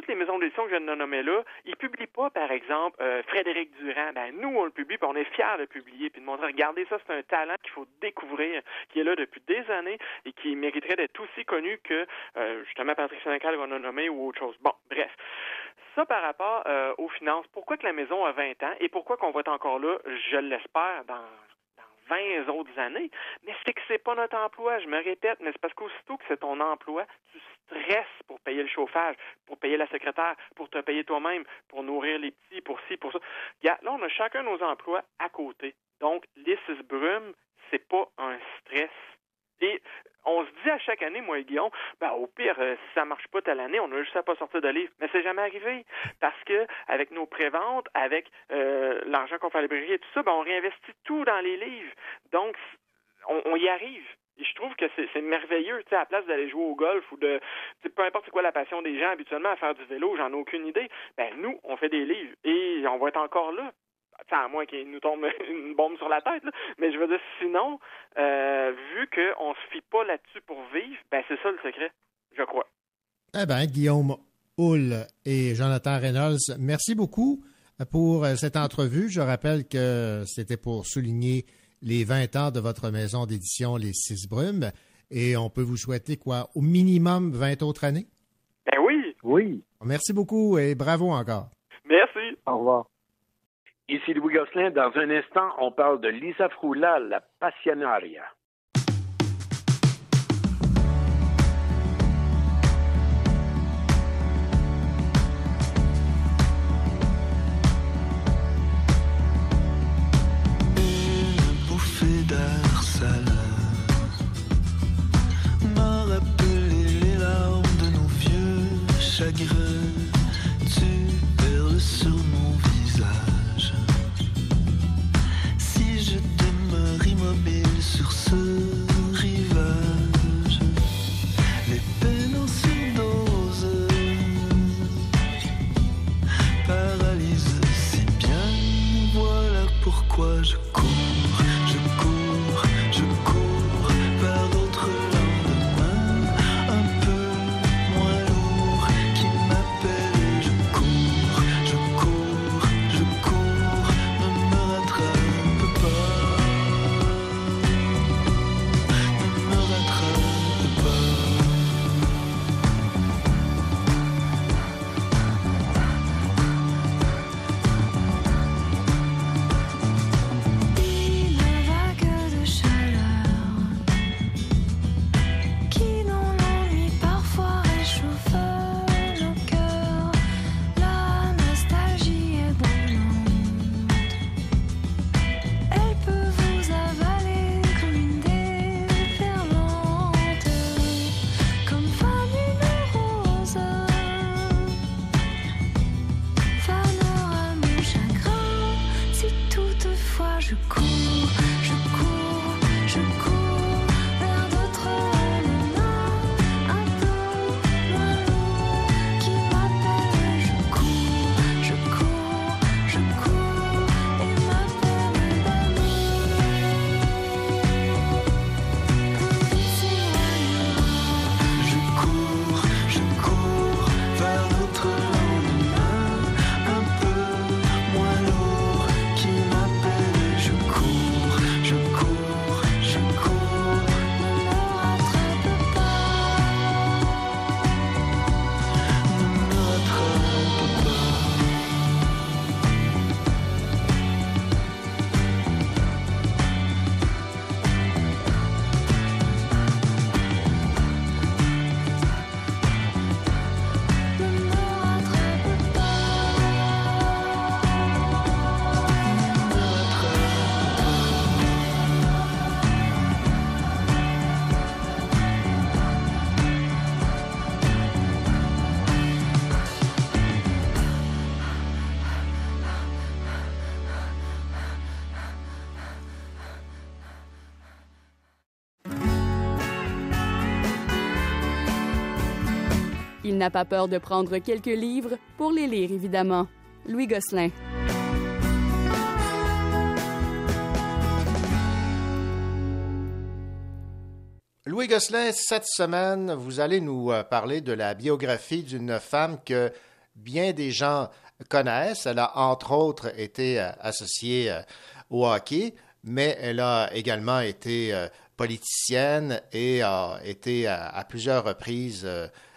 d'édition que je viens de nommer là, ils ne publient pas, par exemple, Frédéric Durand. Ben, nous, on le publie, puis on est fiers de le publier, puis de montrer, regardez ça, c'est un talent qu'il faut découvrir, qui est là depuis des années et qui mériterait d'être aussi connu que, justement, Patrick Sénécal va nous nommer ou autre chose. Bon, bref. Ça, par rapport aux finances, pourquoi que la maison a 20 ans et pourquoi qu'on va être encore là, je l'espère, dans 20 autres années, mais c'est que c'est pas notre emploi, je me répète, mais c'est parce qu'aussitôt que c'est ton emploi, tu stresses pour payer le chauffage, pour payer la secrétaire, pour te payer toi-même, pour nourrir les petits, pour ci, pour ça. Là, on a chacun nos emplois à côté. Donc, l'ISIS Brume, c'est pas un stress. Et on se dit à chaque année, moi et Guillaume, au pire, si ça marche pas telle année, on a juste à pas sortir de livre. Mais c'est jamais arrivé. Parce que avec nos préventes, avec l'argent qu'on fait à la librairie et tout ça, on réinvestit tout dans les livres. Donc, on y arrive. Et je trouve que c'est merveilleux, tu sais, à la place d'aller jouer au golf ou de, peu importe c'est quoi la passion des gens habituellement à faire du vélo, j'en ai aucune idée. Nous, on fait des livres et on va être encore là. À moins qu'il nous tombe une bombe sur la tête, là. Mais je veux dire, sinon, vu qu'on se fie pas là-dessus pour vivre, c'est ça le secret, je crois. Eh bien, Guillaume Houle et Jonathan Reynolds, merci beaucoup pour cette entrevue. Je rappelle que c'était pour souligner les 20 ans de votre maison d'édition, Les Six Brumes, et on peut vous souhaiter quoi, au minimum 20 autres années? Ben oui! Oui. Merci beaucoup et bravo encore. Merci. Au revoir. Ici Louis Gosselin. Dans un instant, on parle de Lisa Froula, la Passionaria. Une bouffée d'air salin m'a rappelé les larmes de nos vieux chagrins. Tu perles sur mon visage. Si je demeure immobile sur ce rivage, les peines en surdose paralysent si bien. Voilà pourquoi je cours vers d'autres lendemains, un peu moins lourds qui m'appellent. Je cours, ne me rattrape pas, ne me rattrape pas. Une vague de chaleur qui dans l'ennui parfois réchauffe le cœur. La nostalgie est brûlante, elle peut vous avaler comme une déferlante, comme fan une rose, fanera mon chagrin. Si toutefois je cours vers d'autres lendemains, un peu moins lourds qui m'appellent. Je cours et m'appelle d'amour. Je cours vers d'autres lendemains, un peu moins lourd qui m'appelle. Je cours, ne me rattrape pas, ne me rattrape pas. Il n'a pas peur de prendre quelques livres pour les lire, évidemment. Louis Gosselin. Louis Gosselin, cette semaine, vous allez nous parler de la biographie d'une femme que bien des gens connaissent. Elle a entre autres été associée au hockey, mais elle a également été politicienne et a été à plusieurs reprises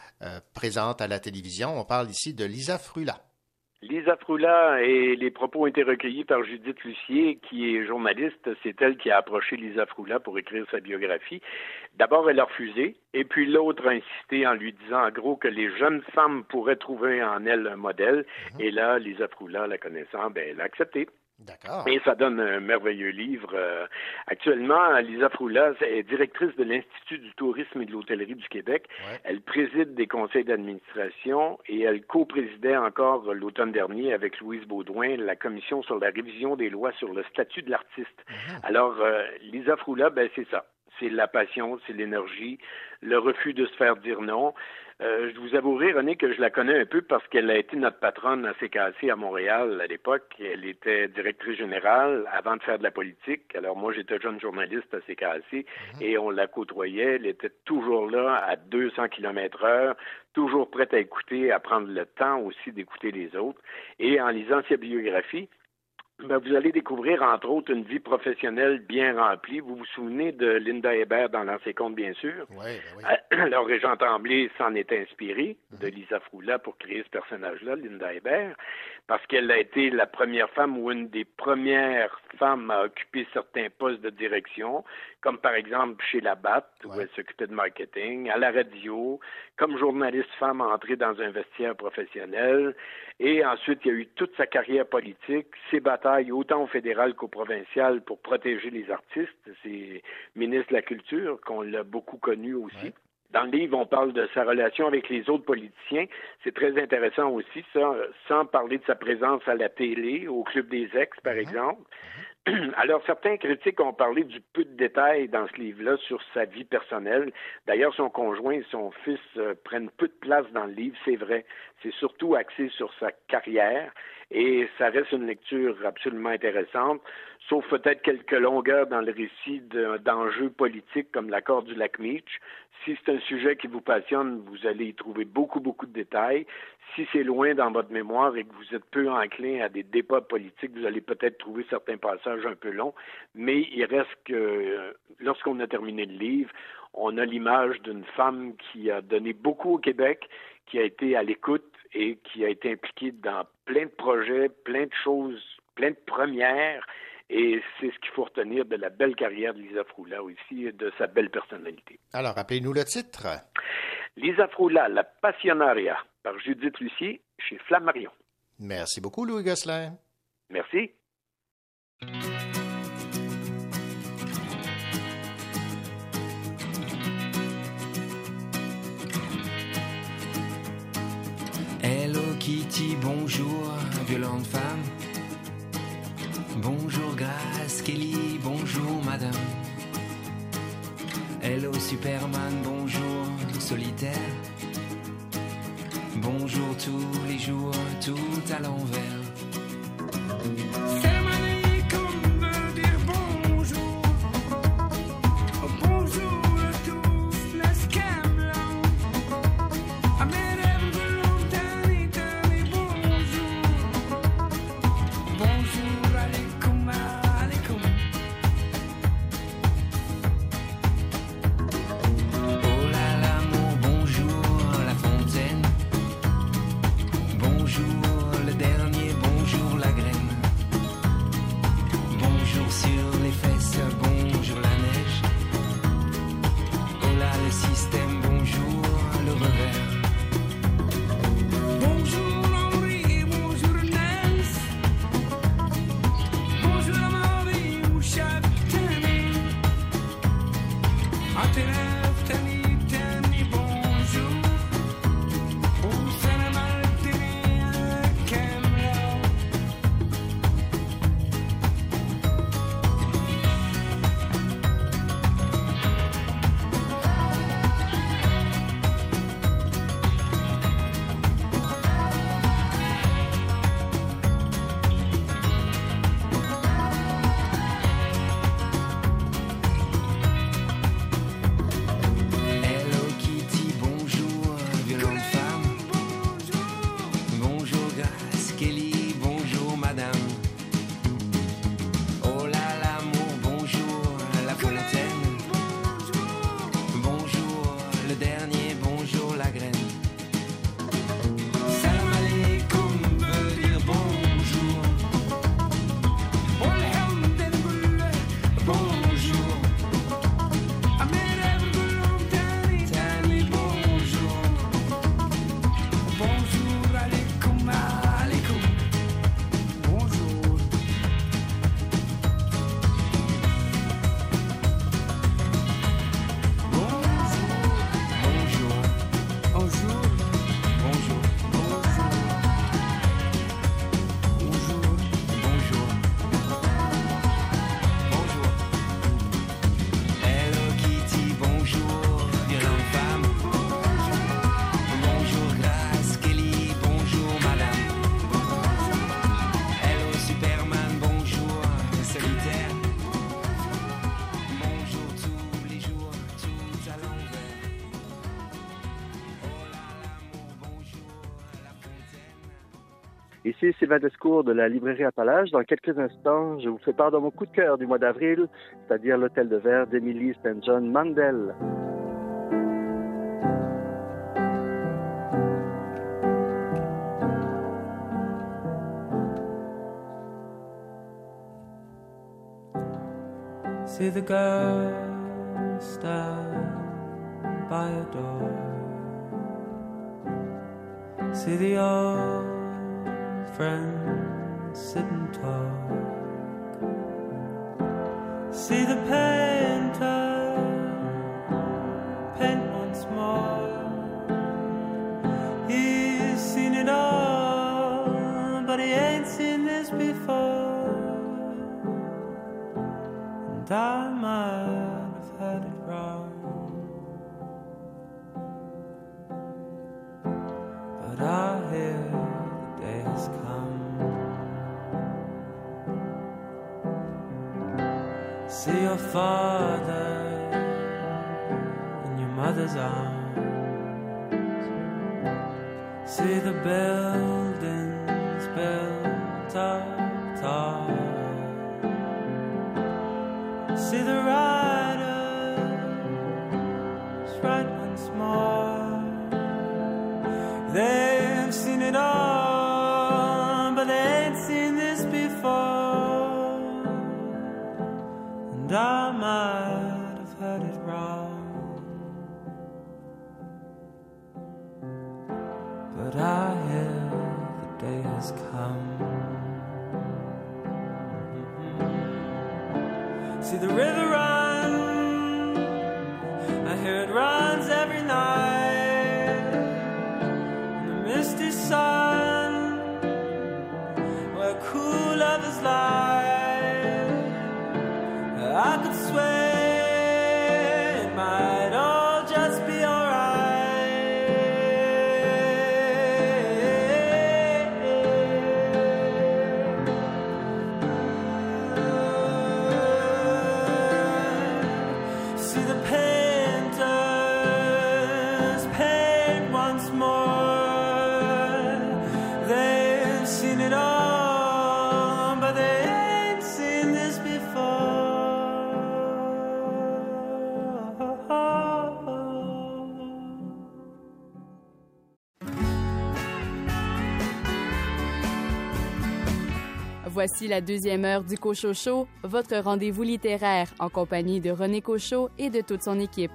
présente à la télévision. On parle ici de Lisa Frula. Lisa Frula, et les propos ont été recueillis par Judith Lucier, qui est journaliste. C'est elle qui a approché Lisa Frula pour écrire sa biographie. D'abord, elle a refusé, et puis l'autre a insisté en lui disant en gros que les jeunes femmes pourraient trouver en elle un modèle. Et là, Lisa Frula, la connaissant, elle a accepté. D'accord. Et ça donne un merveilleux livre. Actuellement, Lisa Frula est directrice de l'Institut du tourisme et de l'hôtellerie du Québec. Ouais. Elle préside des conseils d'administration et elle co-présidait encore l'automne dernier avec Louise Baudouin la commission sur la révision des lois sur le statut de l'artiste. Alors, Lisa Frula, c'est ça. C'est la passion, c'est l'énergie, le refus de se faire dire non. Je vous avouerai, René, que je la connais un peu parce qu'elle a été notre patronne à CKAC à Montréal à l'époque. Elle était directrice générale avant de faire de la politique. Alors moi, j'étais jeune journaliste à CKAC et on la côtoyait. Elle était toujours là à 200 km/h, toujours prête à écouter, à prendre le temps aussi d'écouter les autres. Et en lisant sa biographie, vous allez découvrir, entre autres, une vie professionnelle bien remplie. Vous vous souvenez de Linda Hébert dans l'Ancien Compte, bien sûr? Oui. Alors, Régent Tremblay s'en est inspiré de Lisa Frula pour créer ce personnage-là, Linda Hébert, parce qu'elle a été la première femme ou une des premières femmes à occuper certains postes de direction, comme par exemple chez la BAT, où elle s'occupait de marketing, à la radio, comme journaliste femme entrée dans un vestiaire professionnel. Et ensuite, il y a eu toute sa carrière politique, ses batailles autant au fédéral qu'au provincial pour protéger les artistes. C'est ministre de la Culture, qu'on l'a beaucoup connu aussi. Ouais. Dans le livre, on parle de sa relation avec les autres politiciens. C'est très intéressant aussi, ça, sans parler de sa présence à la télé, au Club des Ex, par exemple. Alors, certains critiques ont parlé du peu de détails dans ce livre-là sur sa vie personnelle. D'ailleurs, son conjoint et son fils prennent peu de place dans le livre, c'est vrai. C'est surtout axé sur sa carrière et ça reste une lecture absolument intéressante, sauf peut-être quelques longueurs dans le récit d'enjeux politiques comme l'accord du lac Meech. Si c'est un sujet qui vous passionne, vous allez y trouver beaucoup de détails. Si c'est loin dans votre mémoire et que vous êtes peu enclin à des débats politiques, vous allez peut-être trouver certains passages un peu longs, mais il reste que lorsqu'on a terminé le livre, on a l'image d'une femme qui a donné beaucoup au Québec, qui a été à l'écoute et qui a été impliquée dans plein de projets, plein de choses, plein de premières. Et c'est ce qu'il faut retenir de la belle carrière de Lisa Frula aussi, et de sa belle personnalité. Alors, rappelez-nous le titre. Lisa Frula, La Passionaria, par Judith Lucier, chez Flammarion. Merci beaucoup, Louis Gosselin. Merci. Hello Kitty, bonjour, violente femme. Bonjour Grace Kelly, bonjour madame. Hello Superman, bonjour solitaire. Bonjour tous les jours, tout à l'envers. Bonjour le dernier Ici Sylvain Descours de la librairie Appalache. Dans quelques instants, je vous fais part de mon coup de cœur du mois d'avril, c'est-à-dire l'Hôtel de verre d'Emily St. John Mandel. See the girl stand by a door. See the old friend sit and talk. See the painter paint once more. He's seen it all, but he ain't seen this before. And I might have had it wrong, but I hear the day has come. See your father in your mother's arms. See the buildings built up tall. See the riders ride once more. They've seen it all, but they ain't seen this before. And I might have had it wrong, but I hear the day has come. See the river run, I hear it runs every night. In the misty sun, where cool lovers lie, I could swear it might all just be Voici la deuxième heure du Cochocho, votre rendez-vous littéraire en compagnie de René Cochot et de toute son équipe.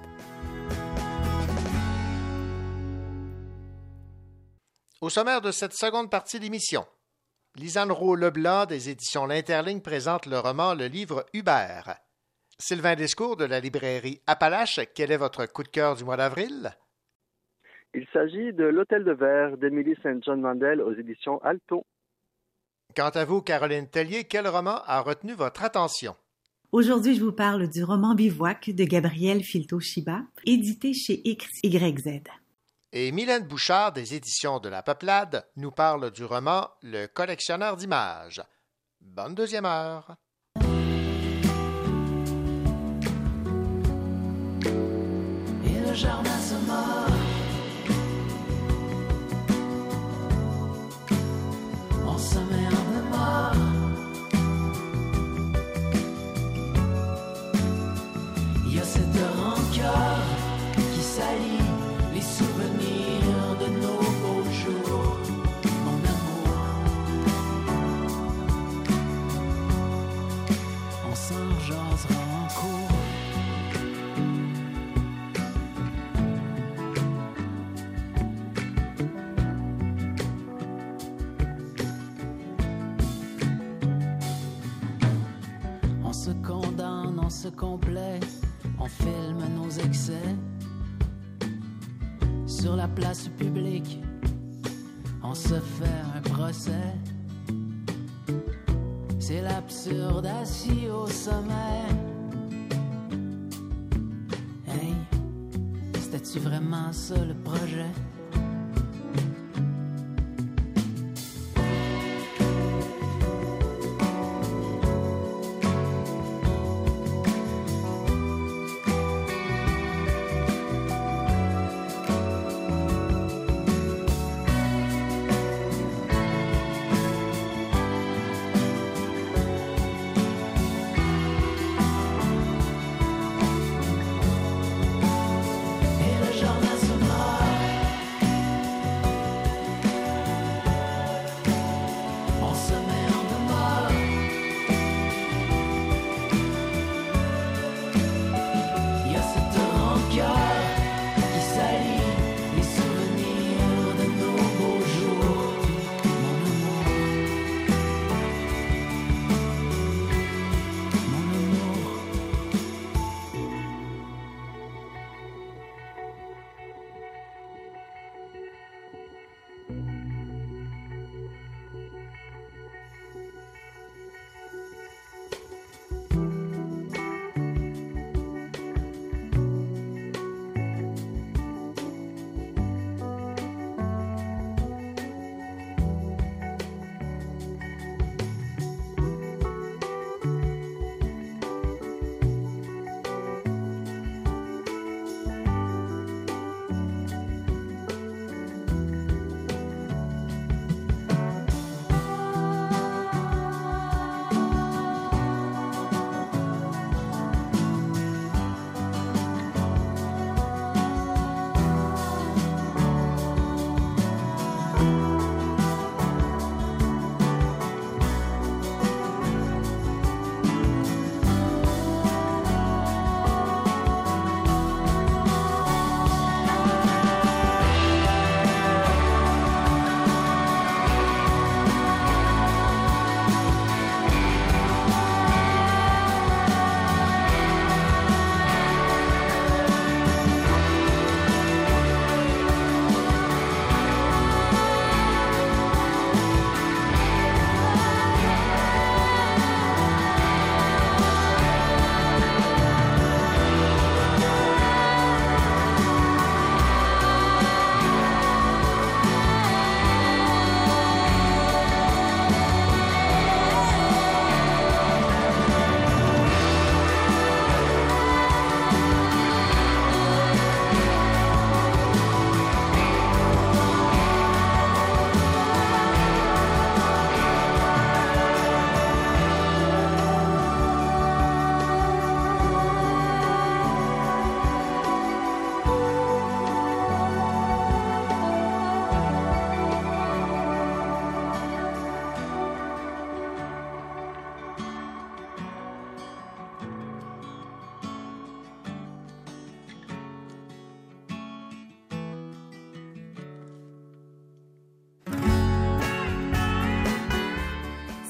Au sommaire de cette seconde partie d'émission, Lisanne Roux-Leblanc des éditions L'Interligne présente le roman Le Livre Hubert. Sylvain Descours de la librairie Appalache, quel est votre coup de cœur du mois d'avril? Il s'agit de L'Hôtel de verre d'Emily St. John Mandel aux éditions Alto. Quant à vous, Caroline Tellier, quel roman a retenu votre attention? Aujourd'hui, je vous parle du roman Bivouac de Gabriel Filto-Shiba, édité chez XYZ. Et Mylène Bouchard des éditions de La Peuplade nous parle du roman Le collectionneur d'images. Bonne deuxième heure. Et le jardin se mord. On se met un peu mort. Il y a cette rancœur qui salit les souvenirs de nos beaux jours, mon amour. On s'en jasera en cours. On se condamne, on se complaît, on filme nos excès. Sur la place publique, on se fait un procès. C'est l'absurde assis au sommet. Hey, c'était-tu vraiment ça le projet?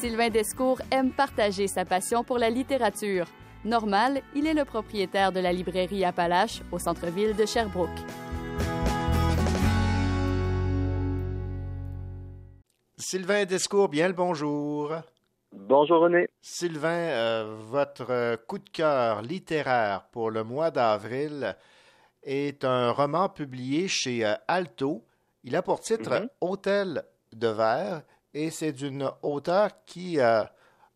Sylvain Descours aime partager sa passion pour la littérature. Normal, il est le propriétaire de la librairie Appalache au centre-ville de Sherbrooke. Sylvain Descours, bien le bonjour. Bonjour René. Sylvain, votre coup de cœur littéraire pour le mois d'avril est un roman publié chez Alto. Il a pour titre Hôtel de verre et c'est d'une auteure qui a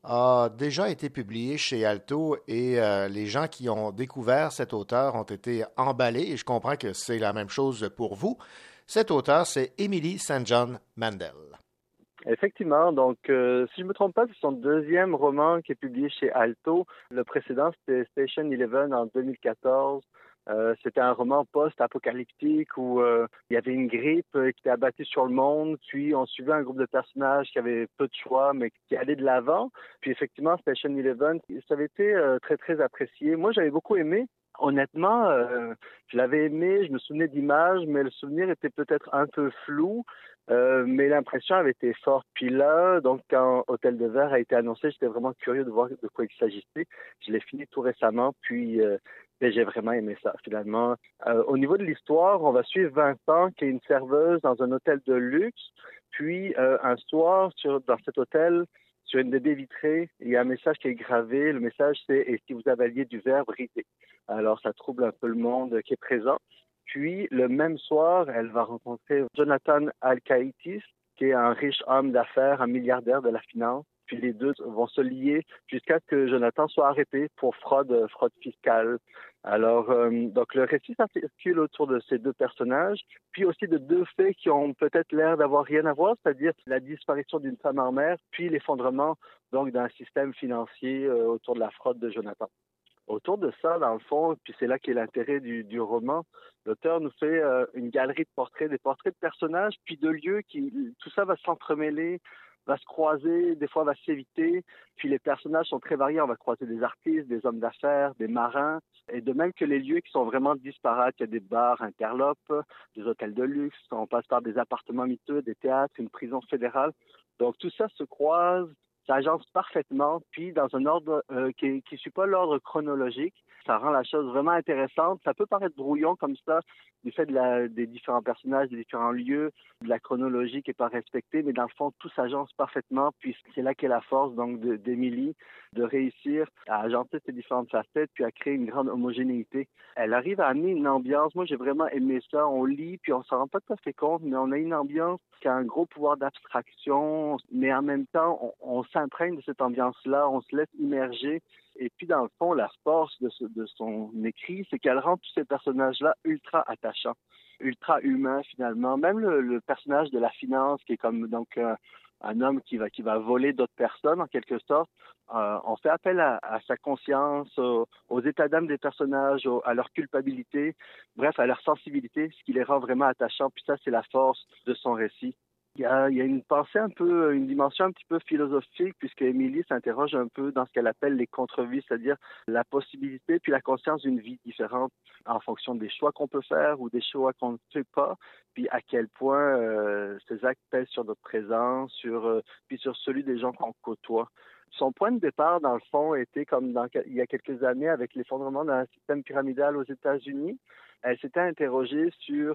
déjà été publiée chez Alto et les gens qui ont découvert cet auteur ont été emballés et je comprends que c'est la même chose pour vous. Cet auteur, c'est Emily St. John Mandel. Effectivement, donc si je ne me trompe pas, c'est son deuxième roman qui est publié chez Alto. Le précédent, c'était Station 11 en 2014. C'était un roman post-apocalyptique où il y avait une grippe qui était abattue sur le monde, puis on suivait un groupe de personnages qui avaient peu de choix, mais qui allaient de l'avant. Puis effectivement, Station 11, ça avait été très, très apprécié. Moi, j'avais beaucoup aimé. Honnêtement, je l'avais aimé, je me souvenais d'images, mais le souvenir était peut-être un peu flou. Mais l'impression avait été forte. Puis là, donc quand Hôtel de verre a été annoncé, j'étais vraiment curieux de voir de quoi il s'agissait. Je l'ai fini tout récemment, puis j'ai vraiment aimé ça. Finalement, au niveau de l'histoire, on va suivre Vincent, qui est une serveuse dans un hôtel de luxe. Puis un soir, dans cet hôtel, sur une des baies vitrées, il y a un message qui est gravé. Le message, c'est « Et si vous avaliez du verre brisé ?» Alors, ça trouble un peu le monde qui est présent. Puis, le même soir, elle va rencontrer Jonathan Alkaitis, qui est un riche homme d'affaires, un milliardaire de la finance. Puis, les deux vont se lier jusqu'à ce que Jonathan soit arrêté pour fraude fiscale. Alors, donc, le récit s'articule autour de ces deux personnages, puis aussi de deux faits qui ont peut-être l'air d'avoir rien à voir, c'est-à-dire la disparition d'une femme en mer, puis l'effondrement donc d'un système financier autour de la fraude de Jonathan. Autour de ça, dans le fond, puis c'est là qu'est l'intérêt du roman, l'auteur nous fait une galerie de portraits, des portraits de personnages, puis de lieux tout ça va s'entremêler, va se croiser, des fois va s'éviter. Puis les personnages sont très variés. On va croiser des artistes, des hommes d'affaires, des marins, et de même que les lieux qui sont vraiment disparates. Il y a des bars interlopes, des hôtels de luxe, on passe par des appartements miteux, des théâtres, une prison fédérale. Donc tout ça se croise, ça agence parfaitement, puis dans un ordre qui ne suit pas l'ordre chronologique. Ça rend la chose vraiment intéressante. Ça peut paraître brouillon comme ça, du fait des différents personnages, des différents lieux, de la chronologie qui n'est pas respectée, mais dans le fond, tout s'agence parfaitement, puis c'est là qu'est la force donc d'Émilie, de réussir à agencer ces différentes facettes, puis à créer une grande homogénéité. Elle arrive à amener une ambiance. Moi, j'ai vraiment aimé ça. On lit, puis on s'en rend pas tout à fait compte, mais on a une ambiance qui a un gros pouvoir d'abstraction, mais en même temps, on s'imprègne de cette ambiance-là, on se laisse immerger. Et puis, dans le fond, la force de son écrit, c'est qu'elle rend tous ces personnages-là ultra attachants, ultra humains, finalement. Même le personnage de la finance, qui est comme donc un homme qui va voler d'autres personnes, en quelque sorte. On fait appel à sa conscience, aux états d'âme des personnages, à leur culpabilité, bref, à leur sensibilité, ce qui les rend vraiment attachants. Puis ça, c'est la force de son récit. Il y a une pensée une dimension un petit peu philosophique, puisque Émilie s'interroge un peu dans ce qu'elle appelle les contre-vies, c'est-à-dire la possibilité puis la conscience d'une vie différente en fonction des choix qu'on peut faire ou des choix qu'on ne fait pas, puis à quel point ces actes pèsent sur notre présence, puis sur celui des gens qu'on côtoie. Son point de départ, dans le fond, était comme il y a quelques années avec l'effondrement d'un système pyramidal aux États-Unis. Elle s'était interrogée sur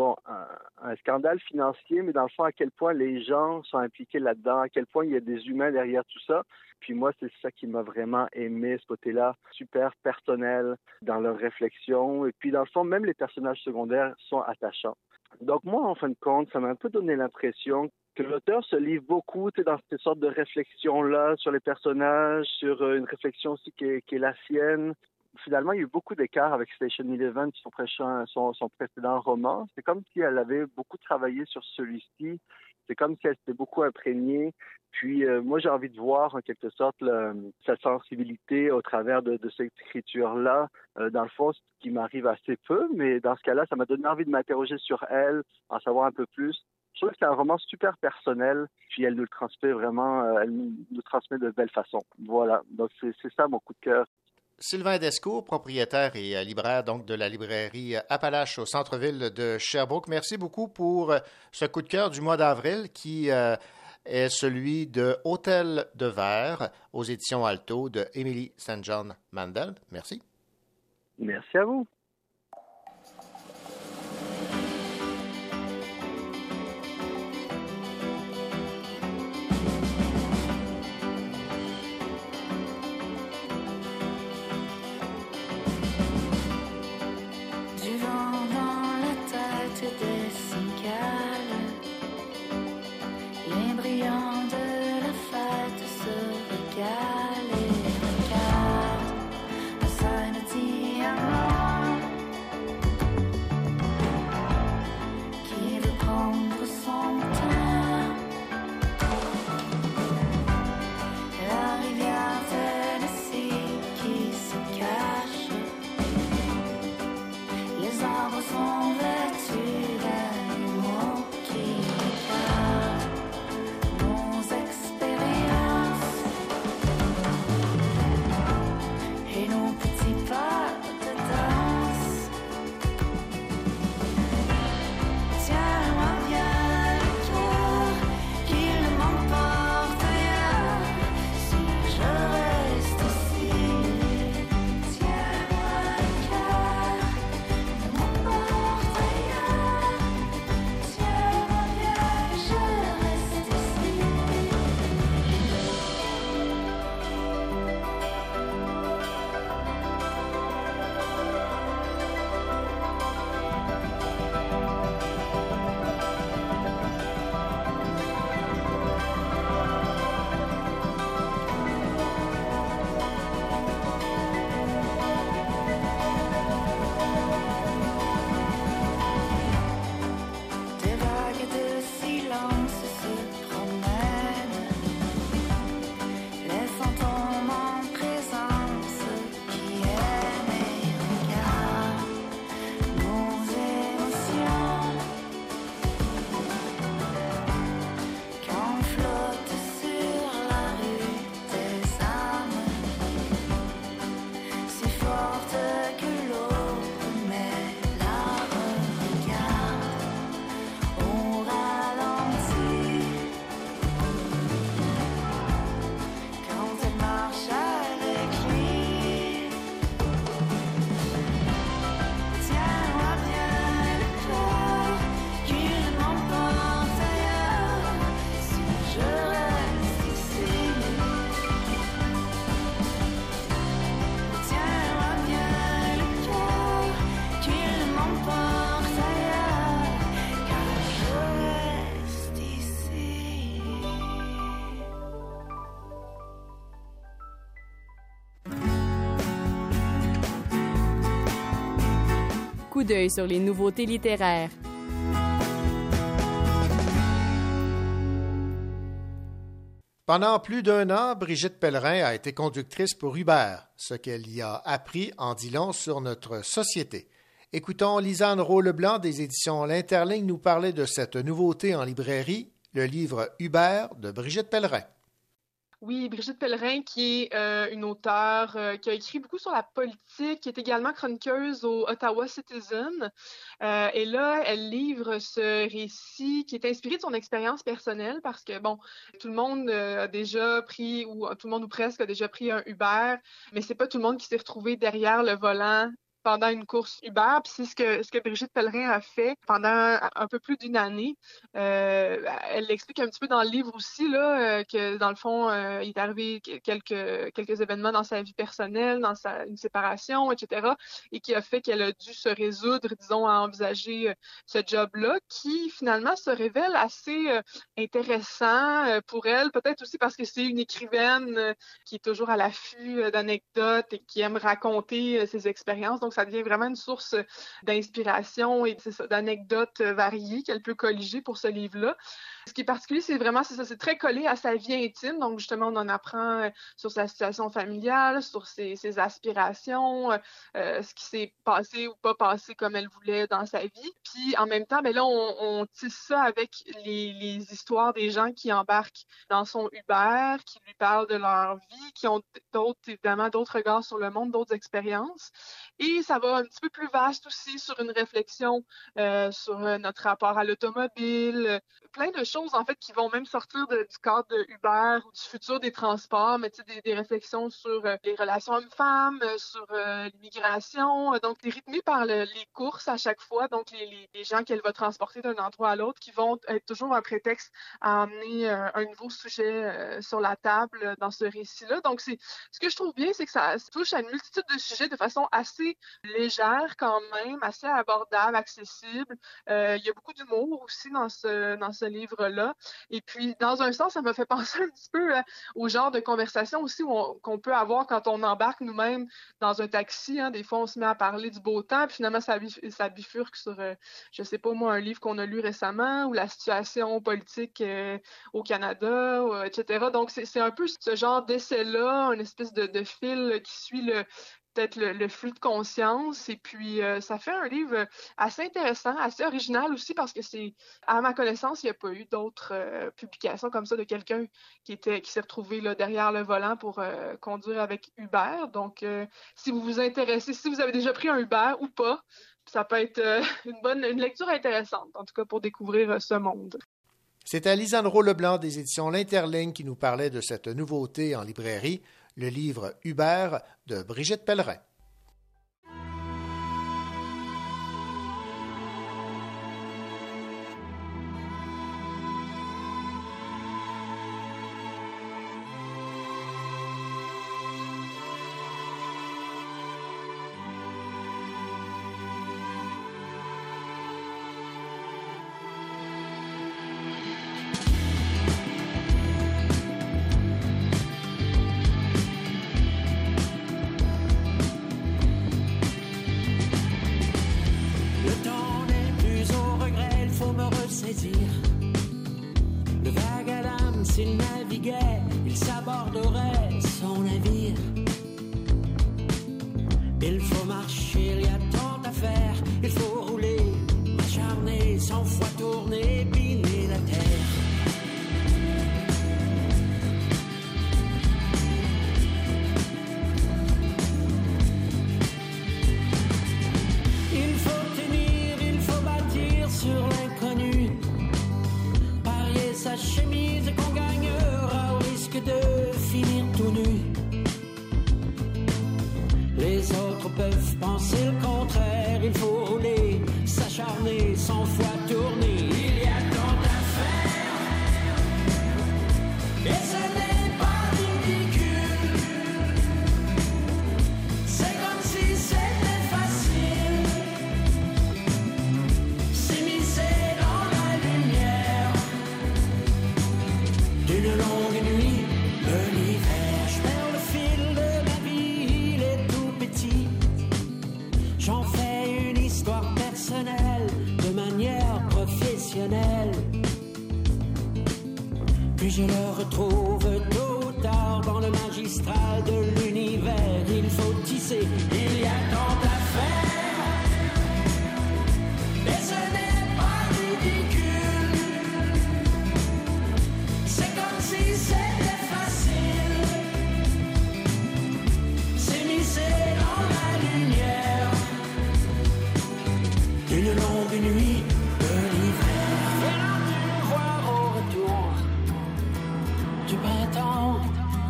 un scandale financier, mais dans le fond, à quel point les gens sont impliqués là-dedans, à quel point il y a des humains derrière tout ça. Puis moi, c'est ça qui m'a vraiment aimé, ce côté-là, super personnel dans leur réflexion. Et puis, dans le fond, même les personnages secondaires sont attachants. Donc moi, en fin de compte, ça m'a un peu donné l'impression que l'auteur se livre beaucoup dans cette sorte de réflexion-là sur les personnages, sur une réflexion aussi qui est la sienne. Finalement, il y a eu beaucoup d'écarts avec Station 11, son précédent roman. C'est comme si elle avait beaucoup travaillé sur celui-ci. C'est comme si elle s'était beaucoup imprégnée. Puis moi, j'ai envie de voir en quelque sorte sa sensibilité au travers de cette écriture-là. Dans le fond, ce qui m'arrive assez peu, mais dans ce cas-là, ça m'a donné envie de m'interroger sur elle, en savoir un peu plus. Je trouve que c'est un roman super personnel, puis elle nous le transmet vraiment, elle nous transmet de belle façon. Voilà, donc c'est ça mon coup de cœur. Sylvain Descours, propriétaire et libraire donc de la librairie Appalache au centre-ville de Sherbrooke. Merci beaucoup pour ce coup de cœur du mois d'avril qui est celui de Hôtel de verre aux éditions Alto de Emily St. John Mandel. Merci. Merci à vous. Du vent dans la tête des cigales, les brillants de la fête se régalent et regardent un seul diamant qui veut prendre son temps. La rivière Tennessee qui se cache. Les arbres sont vêtus d'animaux qui regardent nos expériences et nos petits pas de danse. Tiens-moi bien le cœur, qu'il m'emporte ailleurs si je reste ici. Tiens-moi le cœur. Des vagues de silence se promènent, les fantômes en présence qui aiment et regardent nos émotions. Quand on flotte sur la rue des âmes, si forte que l'eau mais la regarde au ralenti. Quand elle marche avec lui, tiens-moi bien le cœur, qu'il m'emporte ailleurs si je reste ici. Tiens-moi bien le cœur, qu'il m'emporte ailleurs, car je reste ici. Coup d'œil sur les nouveautés littéraires. Pendant plus d'un an, Brigitte Pellerin a été conductrice pour Uber. Ce qu'elle y a appris en dit long sur notre société. Écoutons Lisanne Roux-Leblanc des éditions L'Interligne nous parler de cette nouveauté en librairie, le livre Uber de Brigitte Pellerin. Oui, Brigitte Pellerin, qui est une auteure qui a écrit beaucoup sur la politique, qui est également chroniqueuse au Ottawa Citizen. Et là, elle livre ce récit qui est inspiré de son expérience personnelle parce que, bon, tout le monde a déjà pris, ou tout le monde ou presque a déjà pris un Uber, mais c'est pas tout le monde qui s'est retrouvé derrière le volant pendant une course Uber. Puis c'est ce que Brigitte Pellerin a fait pendant un peu plus d'une année. Elle l'explique un petit peu dans le livre aussi, là, que dans le fond, il est arrivé quelques événements dans sa vie personnelle, une séparation, etc., et qui a fait qu'elle a dû se résoudre, disons, à envisager ce job-là, qui finalement se révèle assez intéressant pour elle, peut-être aussi parce que c'est une écrivaine qui est toujours à l'affût d'anecdotes et qui aime raconter ses expériences. Donc, ça devient vraiment une source d'inspiration et d'anecdotes variées qu'elle peut colliger pour ce livre-là. Ce qui est particulier, c'est vraiment, c'est très collé à sa vie intime. Donc, justement, on en apprend sur sa situation familiale, sur ses aspirations, ce qui s'est passé ou pas passé comme elle voulait dans sa vie. Puis, en même temps, ben là, on tisse ça avec les histoires des gens qui embarquent dans son Uber, qui lui parlent de leur vie, qui ont évidemment d'autres regards sur le monde, d'autres expériences. Et ça va un petit peu plus vaste aussi sur une réflexion sur notre rapport à l'automobile, plein de choses, en fait, qui vont même sortir du cadre de Uber ou du futur des transports, mais tu sais, des réflexions sur les relations hommes-femmes, sur l'immigration. Donc, c'est rythmé par les courses à chaque fois. Donc, les gens qu'elle va transporter d'un endroit à l'autre qui vont être toujours un prétexte à amener un nouveau sujet sur la table dans ce récit-là. Donc, ce que je trouve bien, c'est que ça touche à une multitude de sujets de façon assez légère quand même, assez abordable, accessible. Il y a beaucoup d'humour aussi dans ce livre-là. Et puis, dans un sens, ça me fait penser un petit peu au genre de conversation aussi qu'on peut avoir quand on embarque nous-mêmes dans un taxi. Hein. Des fois, on se met à parler du beau temps, puis finalement, ça bifurque sur, je sais pas moi, un livre qu'on a lu récemment ou la situation politique au Canada, etc. Donc, c'est un peu ce genre d'essai-là, une espèce de fil qui suit peut-être le flux de conscience. Et puis, ça fait un livre assez intéressant, assez original aussi, parce que à ma connaissance, il n'y a pas eu d'autres publications comme ça de quelqu'un qui s'est retrouvé là, derrière le volant pour conduire avec Uber. Donc, si vous vous intéressez, si vous avez déjà pris un Uber ou pas, ça peut être une lecture intéressante, en tout cas pour découvrir ce monde. C'était Lisandro Leblanc des éditions L'Interligne qui nous parlait de cette nouveauté en librairie, le livre Uber de Brigitte Pellerin. Le vague à l'âme, s'il naviguait, il s'aborderait son navire. Il faut marcher, il y a tant à faire. Il faut rouler, m'acharner, 100 fois tourner, biner la terre. Il faut tenir, il faut bâtir sur l'inconnu. Parier sa chemise qu'on gagnera au risque de finir tout nu. Les autres peuvent penser le contraire. Il faut rouler, s'acharner, 100 fois tourner. Il y a tant à faire. Et ce n'est pas ridicule. C'est comme si c'était facile. S'immiscer dans la lumière d'une longue nuit de l'hiver. Je perds le fil de ma vie, il est tout petit. J'en fais une histoire personnelle de manière professionnelle. Puis je le retrouve tôt ou tard dans le magistral de l'univers. Il faut tisser, il y a tant à faire. Et ce n'est pas ridicule. C'est comme si c'était facile. S'immiscer dans la lumière d'une longue nuit de l'hiver. Viens-tu voir au retour du printemps?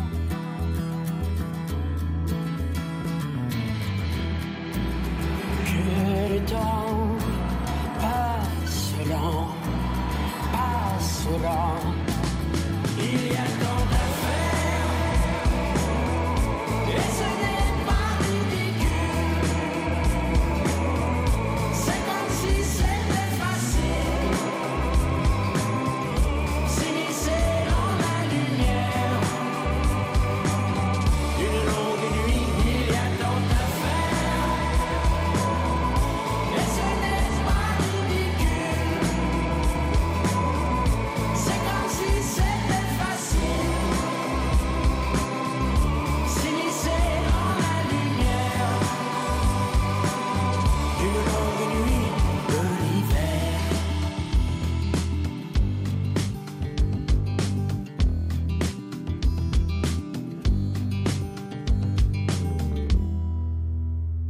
Que le temps passe lent, passe lent. Il y a tant à faire. Et ce n'est pas ridicule. C'est comme si c'était facile. S'immiscer dans la lumière d'une longue nuit. Il y a tant à faire. Et ce n'est pas ridicule. C'est comme si c'était facile. S'immiscer dans la lumière d'une longue nuit de l'hiver.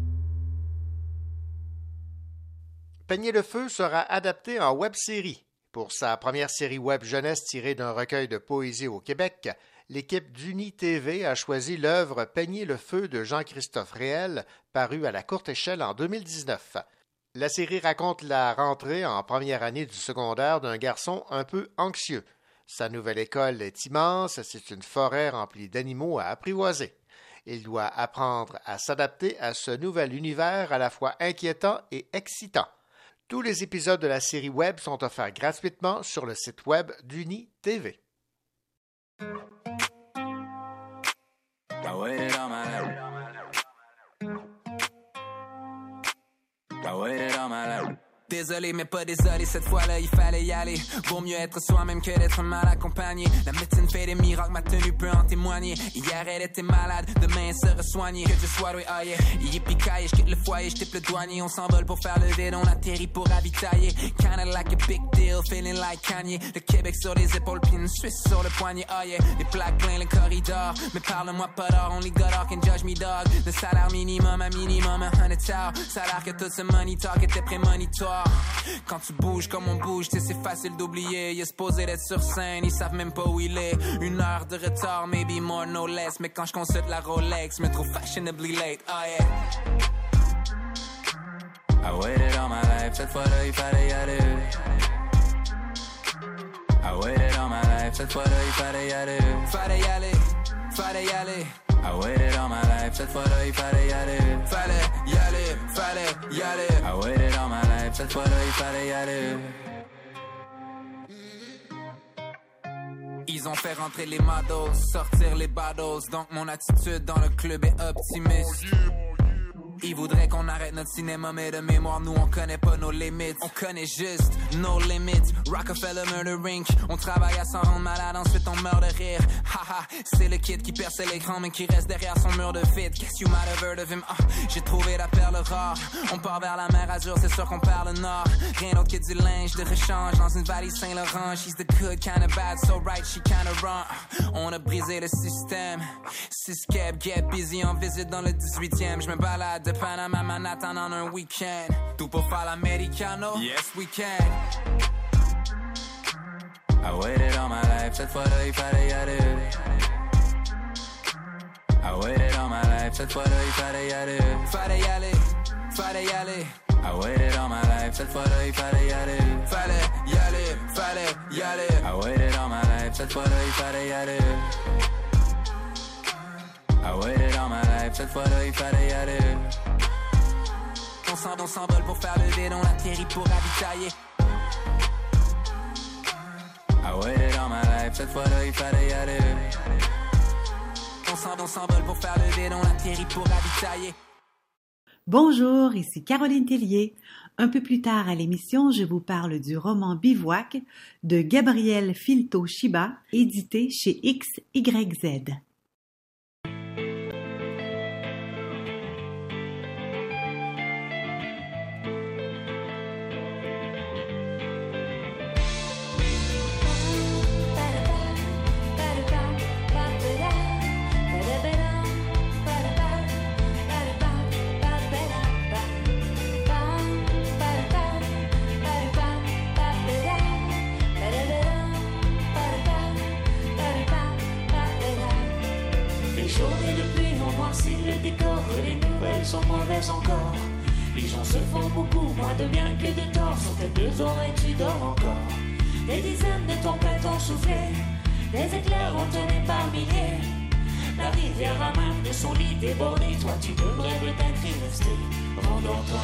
Peignez le feu sera adapté en web-série. Pour sa première série web jeunesse tirée d'un recueil de poésie au Québec, l'équipe d'Uni TV a choisi l'œuvre Peigner le feu de Jean-Christophe Réel, parue à la courte échelle en 2019. La série raconte la rentrée en première année du secondaire d'un garçon un peu anxieux. Sa nouvelle école est immense, c'est une forêt remplie d'animaux à apprivoiser. Il doit apprendre à s'adapter à ce nouvel univers à la fois inquiétant et excitant. Tous les épisodes de la série web sont offerts gratuitement sur le site web d'Uni TV. Désolé, mais pas désolé, cette fois-là, il fallait y aller. Vaut mieux être soi-même que d'être mal accompagné. La médecine fait des miracles, ma tenue peut en témoigner. Hier, elle était malade, demain, elle sera soignée. Que je sois doué, oh yeah. Yippee-ki-yay, je quitte le foyer, je tape le douanier. On s'envole pour faire le vide, on atterrit pour ravitailler. Kinda like a big deal, feeling like Kanye. Le Québec sur les épaules, puis une Suisse sur le poignet, oh yeah. Les plaques plein le corridor, mais parle-moi pas d'or. Only God can judge me, dog. Le salaire minimum, $100,000. Ça a l'air que tout ce money talk était prémonitoire. Quand tu bouges comme on bouge, tu sais c'est facile d'oublier. Il est supposé d'être sur scène, ils savent même pas où il est. 1 heure de retard, maybe more, no less. Mais quand je consulte la Rolex, me trouve fashionably late, oh yeah. I waited all my life, cette fois-là il fallait y aller. I waited all my life, cette fois-là il fallait y aller. Fallait y aller, fallait y aller. I waited all my life, cette fois-là il fallait y aller. Fallait y aller, fallait y aller. I waited all my life, cette fois-là il fallait y aller. Ils ont fait rentrer les models, sortir les battles. Donc mon attitude dans le club est optimiste. Ils voudraient qu'on arrête notre cinéma, mais de mémoire, nous on connaît pas nos limites. On connaît juste nos limites. Rockefeller Murder Inc. On travaille à s'en rendre malade, ensuite on meurt de rire. Haha, c'est le kid qui perce l'écran, mais qui reste derrière son mur de vide. Guess you might have heard of him. J'ai trouvé la perle rare. On part vers la mer Azur, c'est sûr qu'on perd le nord. Rien d'autre que du linge de rechange dans une valise Saint-Laurent. She's the good kind of bad, so right, she kind of wrong. On a brisé le système. Six cab, get busy en visite dans le 18e. Je me balade de Panama à Manhattan en un week-end. Tout pour faire l'americano? Yes, we can. I waited all my life, cette fois-là il fallait y aller. I waited all my life, cette fois-là il fallait y aller. Fallait y aller, fallait y aller. I waited all my life, cette fois-là il fallait y aller. Fallait y aller, fallait y aller. I waited all my life, cette fois-là il fallait y aller. I waited all my life, cette fois-là il fallait y aller. On s'envole pour faire le vide, on atterrit pour ravitailler. I waited all my life, cette fois-là il fallait y aller. On s'envole pour faire le vide, on atterrit pour ravitailler. Bonjour, ici Caroline Tellier. Un peu plus tard à l'émission, je vous parle du roman Bivouac de Gabriel Filto-Shiba, édité chez XYZ. Sont mauvaises encore. Les gens se font beaucoup moins de bien que de tort. Sur tes 2 oreilles tu dors encore. Des dizaines de tempêtes ont soufflé. Des éclairs ont tourné par milliers. La rivière a même de son lit débordé. Toi tu devrais peut-être y rester. Rendors-toi.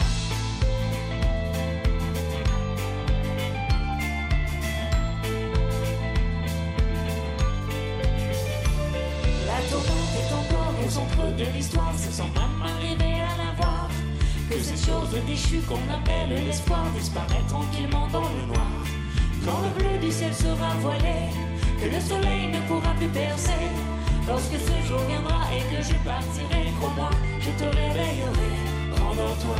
La tourmente est encore au centre de l'histoire. C'est sans même arriver à la voir. Que ces choses déchues qu'on appelle l'espoir disparaissent tranquillement dans le noir. Quand le bleu du ciel sera voilé, que le soleil ne pourra plus percer. Lorsque ce jour viendra et que je partirai, crois-moi, je te réveillerai. Rendors-toi.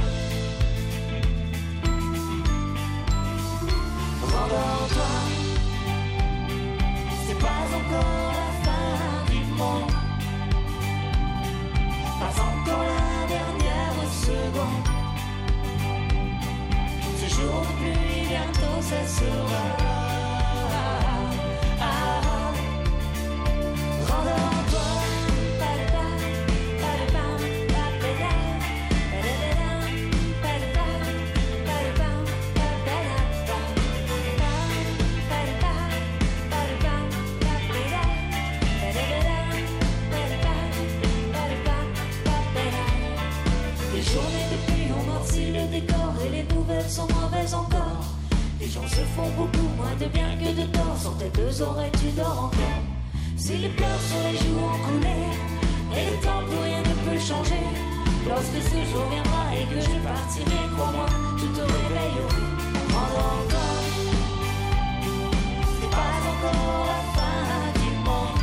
Rendors-toi. C'est pas encore la fin du monde. Pas encore la dernière seconde. Ce jour de pluie bientôt cessera. aux oreilles, tu dors encore. Si les pleurs sur les joues on connaît, et le temps plus rien ne peut changer. Lorsque ce jour viendra et que je partirai, crois-moi, je te réveillerai. Rendors-toi, c'est pas encore la fin du monde,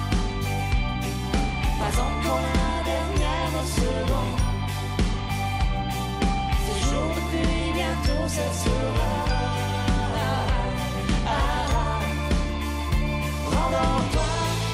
pas encore la dernière seconde. Ce jour depuis bientôt ça sera. Rendors-toi.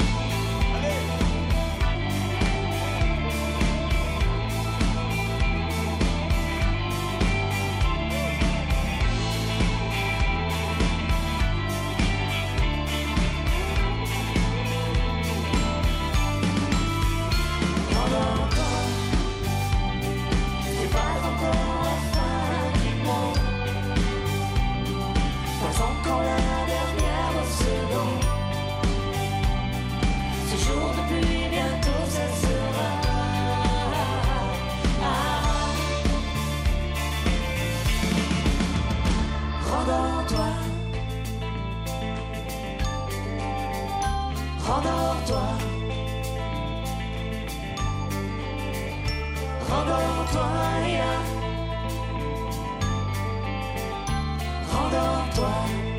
Rendors-toi, rendors-toi, yeah. Rendors-toi.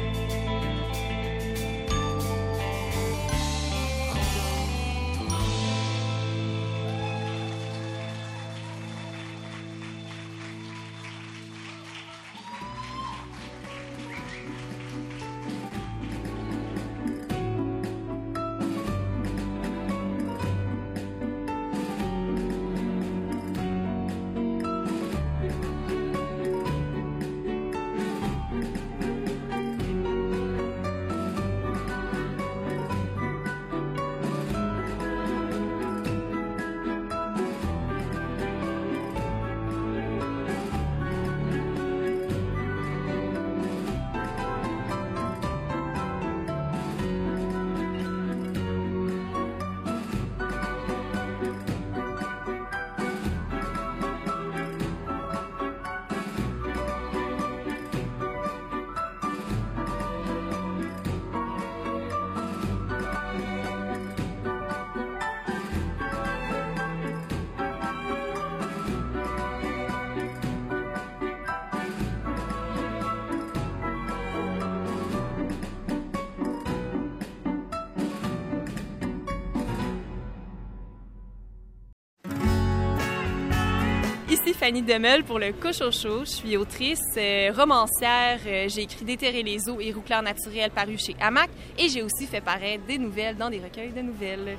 Ici Fanny Demel pour le Cochocho. Je suis autrice, romancière. J'ai écrit Déterrer les eaux et Roux-Clair naturel paru chez Hamac. Et j'ai aussi fait paraître des nouvelles dans des recueils de nouvelles.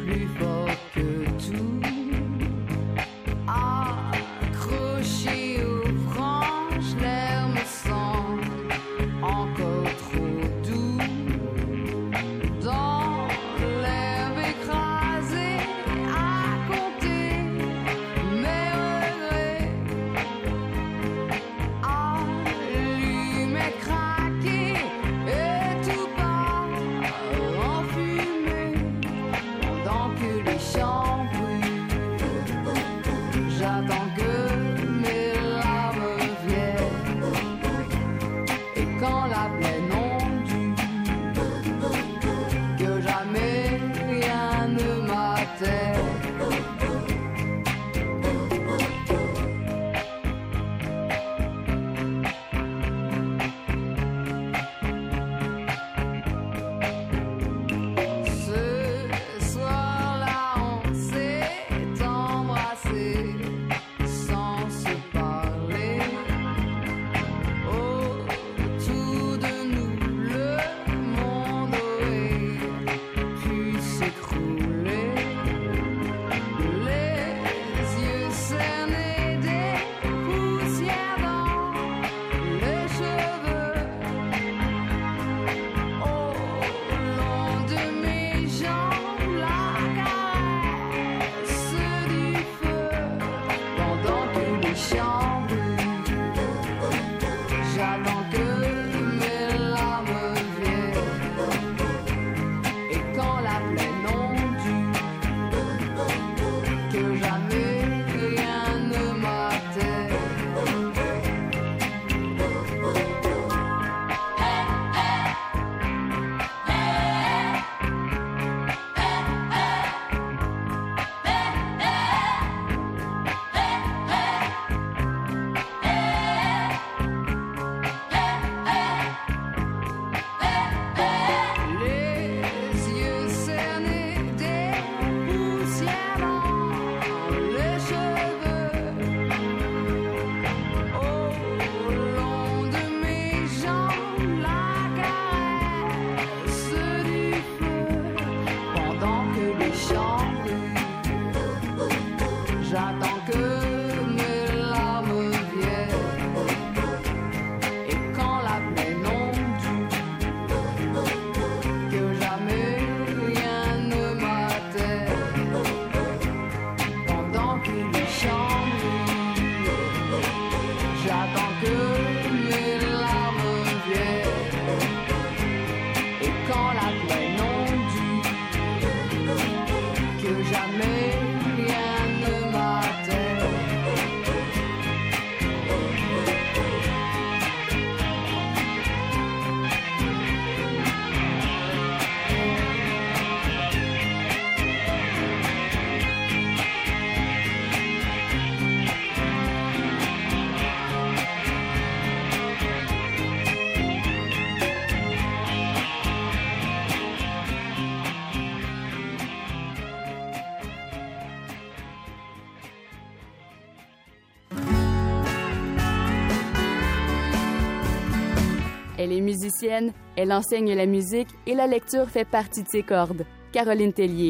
Accroché au Elle est musicienne, elle enseigne la musique et la lecture fait partie de ses cordes. Caroline Tellier.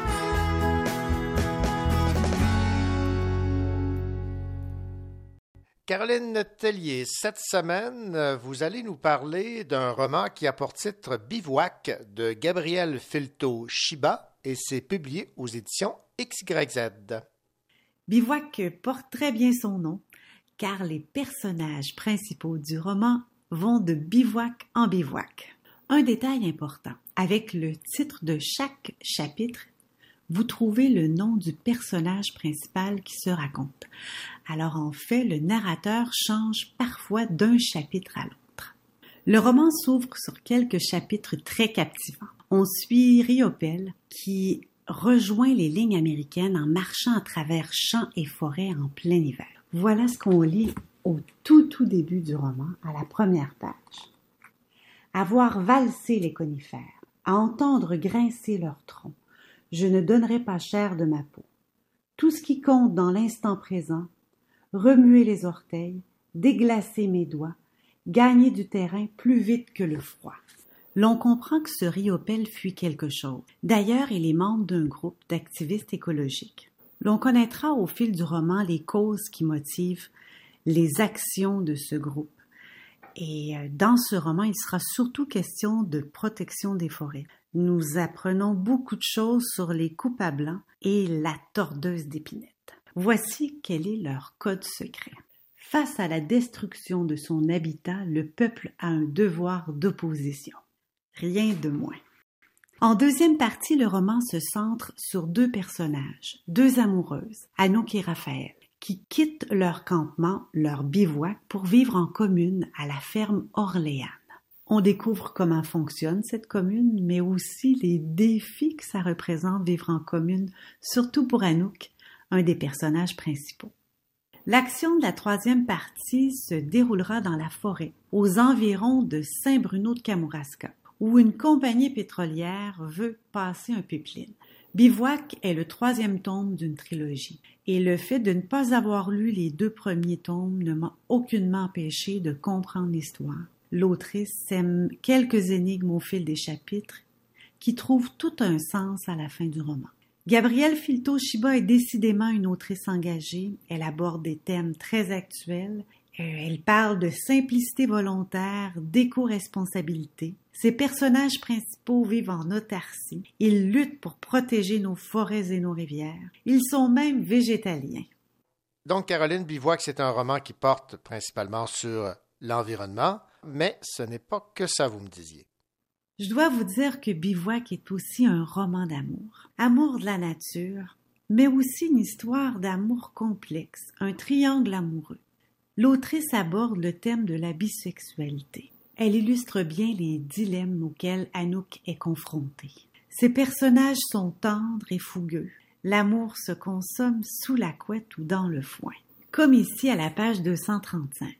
Caroline Tellier, cette semaine, vous allez nous parler d'un roman qui a pour titre Bivouac de Gabriel Filto-Chiba et c'est publié aux éditions XYZ. Bivouac porte très bien son nom, car les personnages principaux du roman vont de bivouac en bivouac. Un détail important, avec le titre de chaque chapitre, vous trouvez le nom du personnage principal qui se raconte. Alors en fait, le narrateur change parfois d'un chapitre à l'autre. Le roman s'ouvre sur quelques chapitres très captivants. On suit Riopelle qui rejoint les lignes américaines en marchant à travers champs et forêts en plein hiver. Voilà ce qu'on lit au tout début du roman, à la première page. À voir valser les conifères, à entendre grincer leurs troncs, je ne donnerai pas cher de ma peau. Tout ce qui compte dans l'instant présent, remuer les orteils, déglacer mes doigts, gagner du terrain plus vite que le froid. L'on comprend que ce Riopelle fuit quelque chose. D'ailleurs, il est membre d'un groupe d'activistes écologiques. L'on connaîtra au fil du roman les causes qui motivent les actions de ce groupe. Et dans ce roman, il sera surtout question de protection des forêts. Nous apprenons beaucoup de choses sur les coupes à blanc et la tordeuse d'épinette. Voici quel est leur code secret. Face à la destruction de son habitat, le peuple a un devoir d'opposition. Rien de moins. En deuxième partie, le roman se centre sur deux personnages, deux amoureuses, Anouk et Raphaël, qui quittent leur campement, leur bivouac, pour vivre en commune à la ferme Orléane. On découvre comment fonctionne cette commune, mais aussi les défis que ça représente vivre en commune, surtout pour Anouk, un des personnages principaux. L'action de la troisième partie se déroulera dans la forêt, aux environs de Saint-Bruno de Kamouraska, où une compagnie pétrolière veut passer un pipeline. Bivouac est le troisième tome d'une trilogie, et le fait de ne pas avoir lu les deux premiers tomes ne m'a aucunement empêché de comprendre l'histoire. L'autrice sème quelques énigmes au fil des chapitres qui trouvent tout un sens à la fin du roman. Gabrielle Filto-Chiba est décidément une autrice engagée. Elle aborde des thèmes très actuels. Elle parle de simplicité volontaire, d'éco-responsabilité. Ses personnages principaux vivent en autarcie. Ils luttent pour protéger nos forêts et nos rivières. Ils sont même végétaliens. Donc, Caroline, Bivouac, c'est un roman qui porte principalement sur l'environnement, mais ce n'est pas que ça, vous me disiez. Je dois vous dire que Bivouac est aussi un roman d'amour. Amour de la nature, mais aussi une histoire d'amour complexe, un triangle amoureux. L'autrice aborde le thème de la bisexualité. Elle illustre bien les dilemmes auxquels Anouk est confrontée. Ses personnages sont tendres et fougueux. L'amour se consomme sous la couette ou dans le foin. Comme ici à la page 235.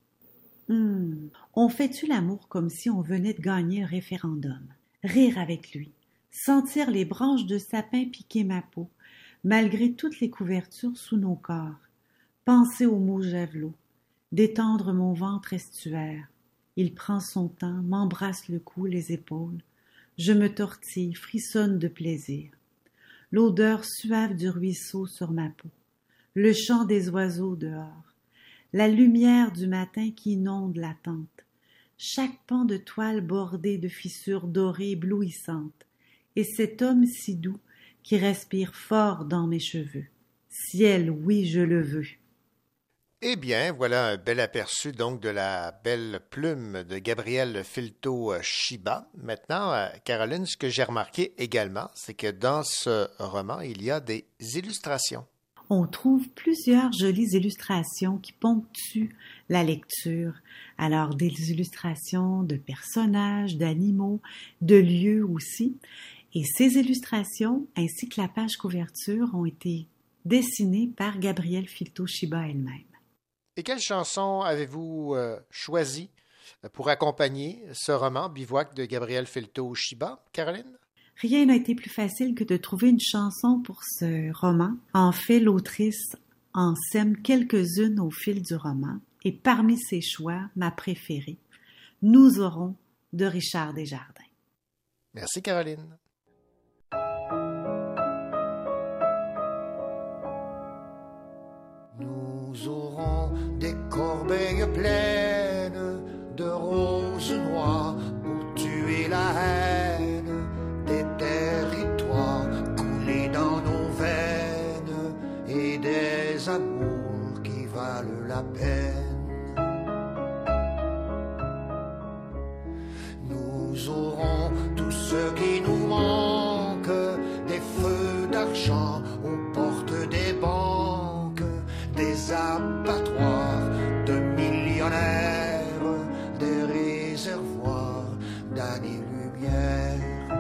On fait-tu l'amour comme si on venait de gagner un référendum? Rire avec lui, sentir les branches de sapin piquer ma peau, malgré toutes les couvertures sous nos corps, penser aux mots javelots, détendre mon ventre estuaire. Il prend son temps, m'embrasse le cou, les épaules. Je me tortille, frissonne de plaisir. L'odeur suave du ruisseau sur ma peau, le chant des oiseaux dehors, la lumière du matin qui inonde la tente, chaque pan de toile bordé de fissures dorées éblouissantes, et cet homme si doux qui respire fort dans mes cheveux. Ciel, oui, je le veux. Eh bien, voilà un bel aperçu donc de la belle plume de Gabriel Filto-Chiba. Maintenant, Caroline, ce que j'ai remarqué également, c'est que dans ce roman, il y a des illustrations. On trouve plusieurs jolies illustrations qui ponctuent la lecture. Alors, des illustrations de personnages, d'animaux, de lieux aussi. Et ces illustrations, ainsi que la page couverture, ont été dessinées par Gabrielle Filto-Chiba elle-même. Et quelle chanson avez-vous choisi pour accompagner ce roman, Bivouac de Gabrielle Filto-Chiba, Caroline? Rien n'a été plus facile que de trouver une chanson pour ce roman. En fait, l'autrice en sème quelques-unes au fil du roman, et parmi ses choix, ma préférée, Nous aurons de Richard Desjardins. Merci, Caroline. Nous aurons des corbeilles pleines de roses noires pour tuer la haine, des territoires coulés dans nos veines et des amours qui valent la peine. Nous aurons tout ce qui nous manque, des feux d'argent aux portes des banques, des abattoirs de millionnaires, des réservoirs d'années-lumière.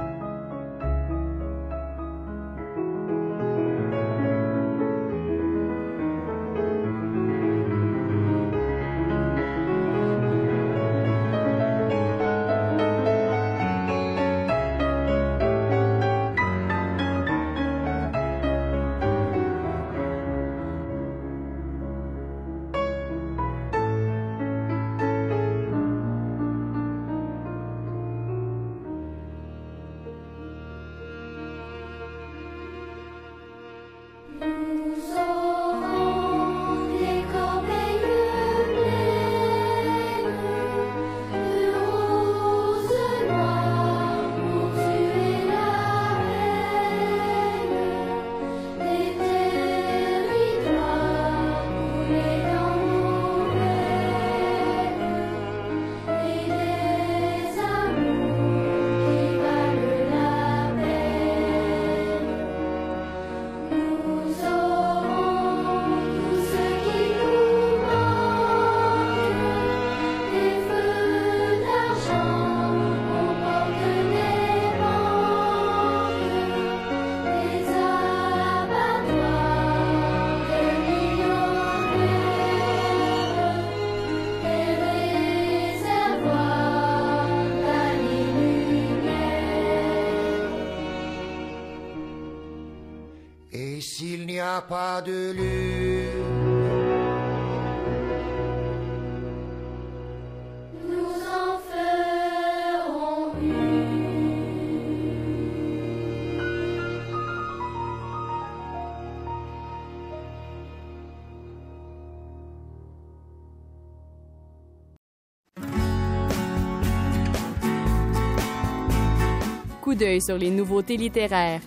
Et s'il n'y a pas de lune, nous en ferons Coup d'œil sur les nouveautés littéraires.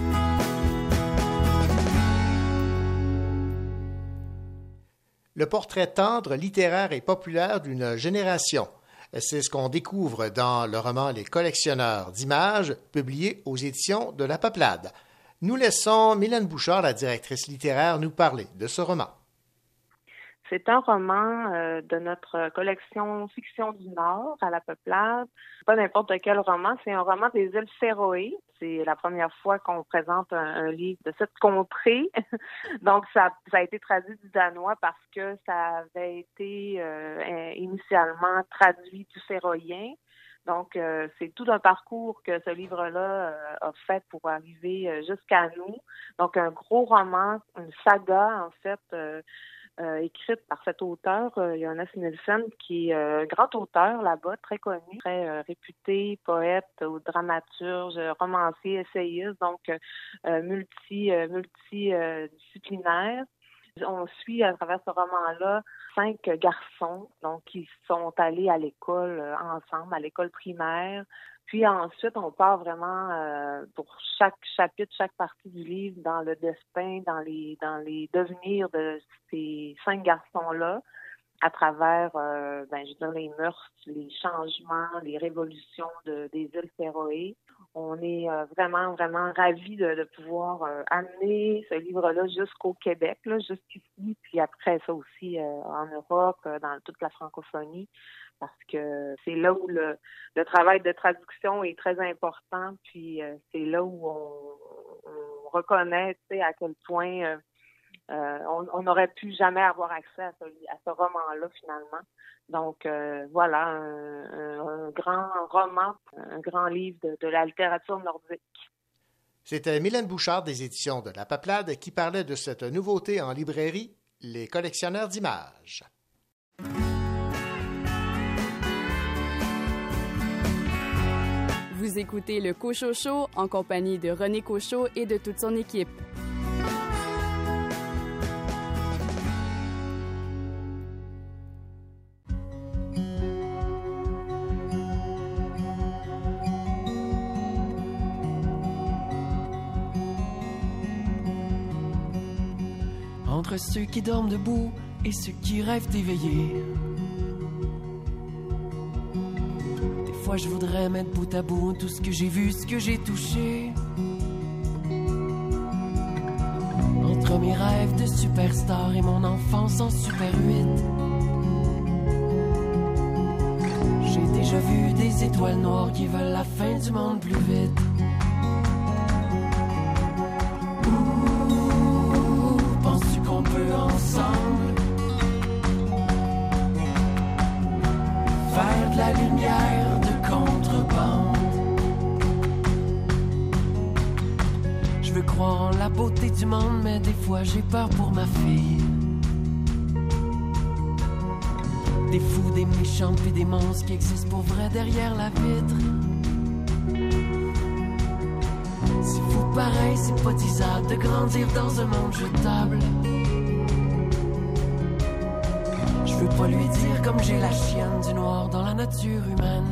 Le portrait tendre, littéraire et populaire d'une génération. C'est ce qu'on découvre dans le roman Les collectionneurs d'images, publié aux éditions de La Peuplade. Nous laissons Mylène Bouchard, la directrice littéraire, nous parler de ce roman. C'est un roman de notre collection Fiction du Nord à La Peuplade. Pas n'importe quel roman, c'est un roman des îles Féroé. C'est la première fois qu'on présente un livre de cette contrée. Donc, ça a été traduit du danois parce que ça avait été initialement traduit du féroïen. Donc, c'est tout un parcours que ce livre-là a fait pour arriver jusqu'à nous. Donc, un gros roman, une saga, en fait, écrite par cet auteur, Jonas Nielsen, qui est un grand auteur là-bas, très connu, très réputé, poète ou dramaturge, romancier, essayiste, donc multidisciplinaire. On suit à travers ce roman-là 5 garçons donc qui sont allés à l'école ensemble, à l'école primaire. Puis ensuite, on part vraiment pour chaque chapitre, chaque partie du livre, dans le destin, dans les devenirs de ces 5 garçons-là, à travers, les mœurs, les changements, les révolutions des îles Féroé. On est vraiment, vraiment ravis de pouvoir amener ce livre-là jusqu'au Québec, là, jusqu'ici, puis après ça aussi en Europe, dans toute la francophonie, parce que c'est là où le travail de traduction est très important, puis c'est là où on reconnaît, tu sais, à quel point on n'aurait pu jamais avoir accès à ce roman-là, finalement. Donc, voilà, un grand roman, un grand livre de la littérature nordique. C'était Mylène Bouchard des éditions de La Peuplade qui parlait de cette nouveauté en librairie, Les collectionneurs d'images. Vous écoutez le Cochocho en compagnie de René Cochot et de toute son équipe. Entre ceux qui dorment debout et ceux qui rêvent d'éveiller. Des fois je voudrais mettre bout à bout tout ce que j'ai vu, ce que j'ai touché. Entre mes rêves de superstar et mon enfance en Super 8. J'ai déjà vu des étoiles noires qui veulent la fin du monde plus vite. On peut ensemble faire de la lumière de contrebande. Je veux croire en la beauté du monde, mais des fois j'ai peur pour ma fille. Des fous, des méchants puis des monstres qui existent pour vrai derrière la vitre. C'est fou pareil, c'est pas disable de grandir dans un monde jetable. Je veux pas lui dire comme j'ai la chienne du noir dans la nature humaine.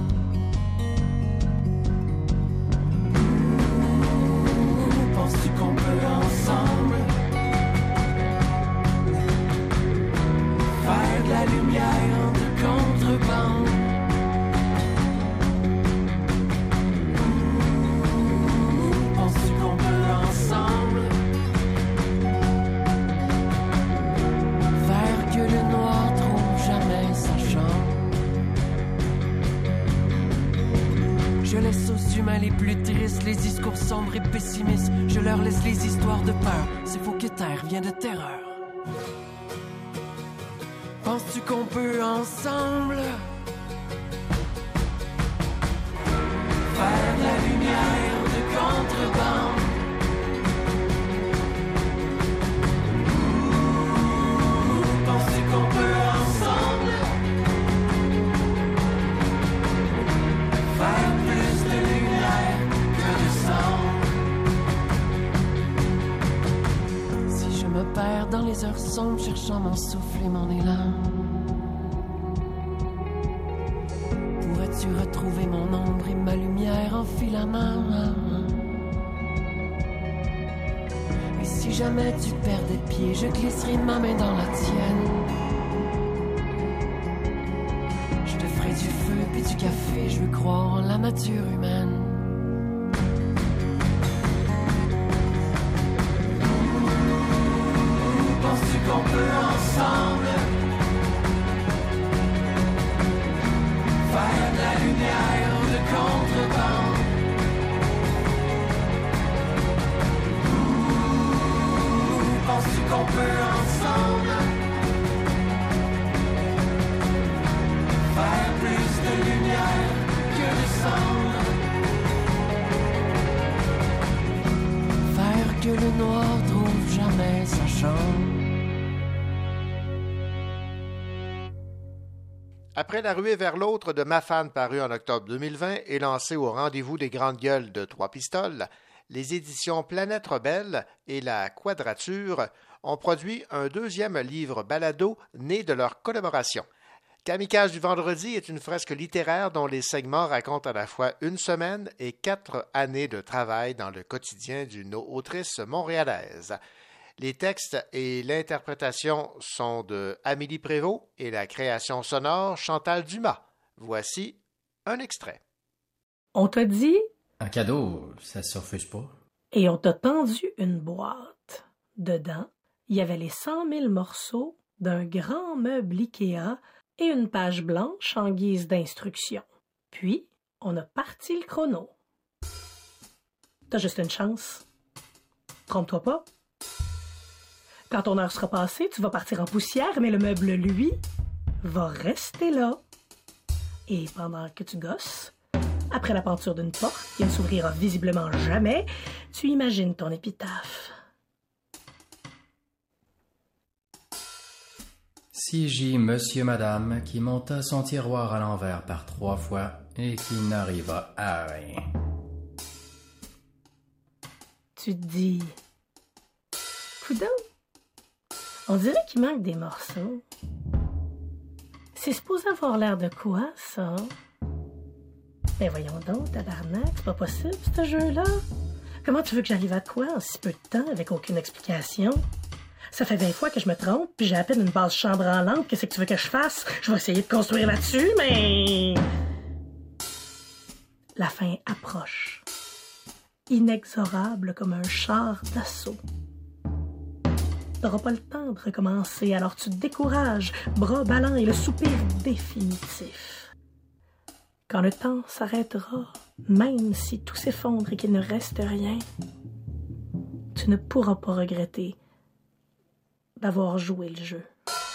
Penses-tu qu'on peut ensemble faire de la lumière de contrebande? Penses-tu qu'on peut ensemble faire que le noir jamais sa chambre? Je laisse aux humains les plus tristes les discours sombres et pessimistes. Je leur laisse les histoires de peur. C'est faux que terre vient de terreur. Penses-tu qu'on peut ensemble faire de la lumière de contrebande? Penses-tu qu'on peut ensemble faire plus de lumière que de sang? Si je me perds dans les heures sombres, cherchant mon souffle et mon élan, pourrais-tu retrouver mon ombre et ma lumière en filament? Et si jamais tu perdais pied, je glisserai ma main dans la tienne. Je te ferai du feu puis du café, je veux croire en la nature humaine. Penses-tu qu'on peut ensemble faire de la lumière de contrebande? Penses-tu qu'on peut ensemble faire plus de lumière que de sang? Faire que le noir trouve jamais sa chambre. Après La ruée vers l'autre de Mafan paru en octobre 2020 et lancé au rendez-vous des grandes gueules de Trois Pistoles, les éditions Planète Rebelle et La Quadrature ont produit un deuxième livre balado né de leur collaboration. Kamikaze du vendredi est une fresque littéraire dont les segments racontent à la fois une semaine et 4 années de travail dans le quotidien d'une autrice montréalaise. Les textes et l'interprétation sont de Amélie Prévost et la création sonore Chantal Dumas. Voici un extrait. On t'a dit... Un cadeau, ça se refuse pas. Et on t'a tendu une boîte. Dedans, il y avait les 100 000 morceaux d'un grand meuble Ikea et une page blanche en guise d'instruction. Puis, on a parti le chrono. T'as juste une chance. Trompe-toi pas. Quand ton heure sera passée, tu vas partir en poussière, mais le meuble, lui, va rester là. Et pendant que tu gosses, après la peinture d'une porte qui ne s'ouvrira visiblement jamais, tu imagines ton épitaphe. Si j'y monsieur madame qui monta son tiroir à l'envers par 3 fois et qu'il n'arrivera à rien. Tu te dis... Coudonc, on dirait qu'il manque des morceaux. C'est supposé avoir l'air de quoi, ça? Ben voyons donc, tabarnak, c'est pas possible, ce jeu-là. Comment tu veux que j'arrive à quoi en si peu de temps, avec aucune explication? Ça fait 20 fois que je me trompe, puis j'ai à peine une base chambranlante. Qu'est-ce que tu veux que je fasse? Je vais essayer de construire là-dessus, mais... La fin approche. Inexorable comme un char d'assaut. T'auras pas le temps de recommencer, alors tu te décourages, bras ballants et le soupir définitif. Quand le temps s'arrêtera, même si tout s'effondre et qu'il ne reste rien, tu ne pourras pas regretter d'avoir joué le jeu.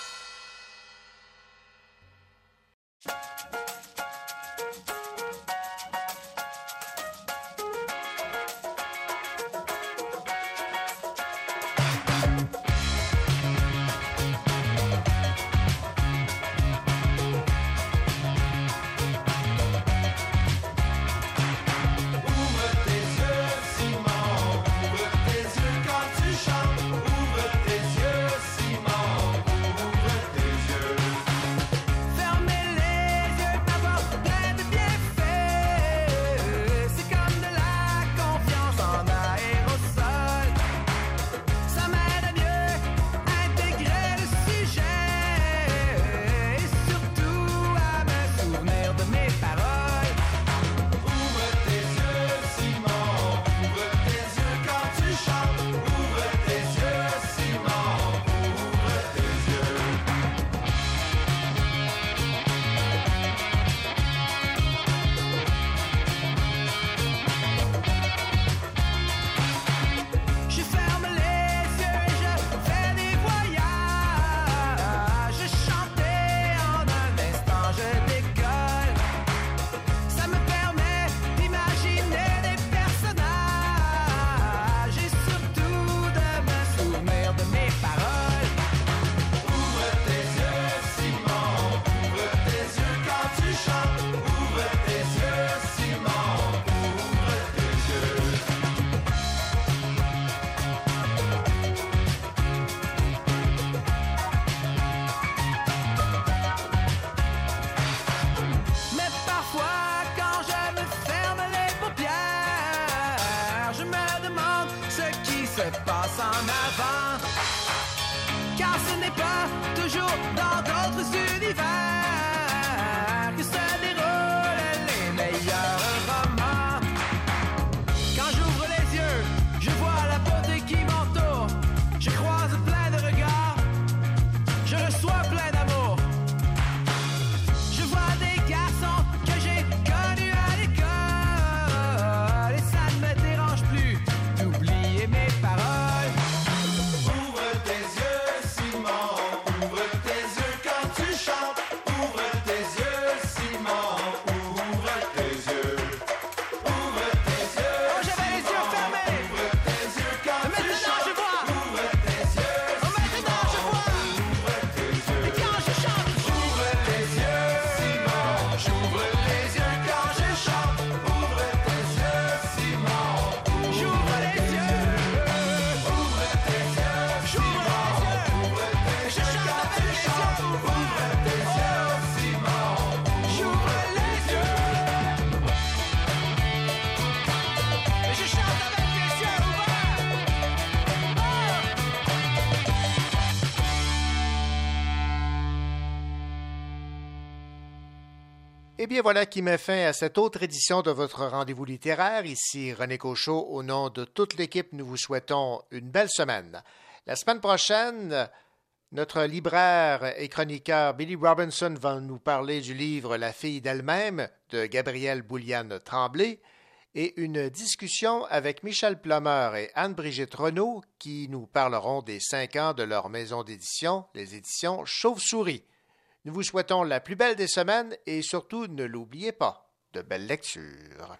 Eh bien, voilà qui met fin à cette autre édition de votre rendez-vous littéraire. Ici René Cochot. Au nom de toute l'équipe, nous vous souhaitons une belle semaine. La semaine prochaine, notre libraire et chroniqueur Billy Robinson va nous parler du livre La fille d'elle-même de Gabrielle Bouliane-Tremblay et une discussion avec Michel Plumeur et Anne-Brigitte Renaud qui nous parleront des 5 ans de leur maison d'édition, les éditions Chauve-souris. Nous vous souhaitons la plus belle des semaines et surtout, ne l'oubliez pas, de belles lectures.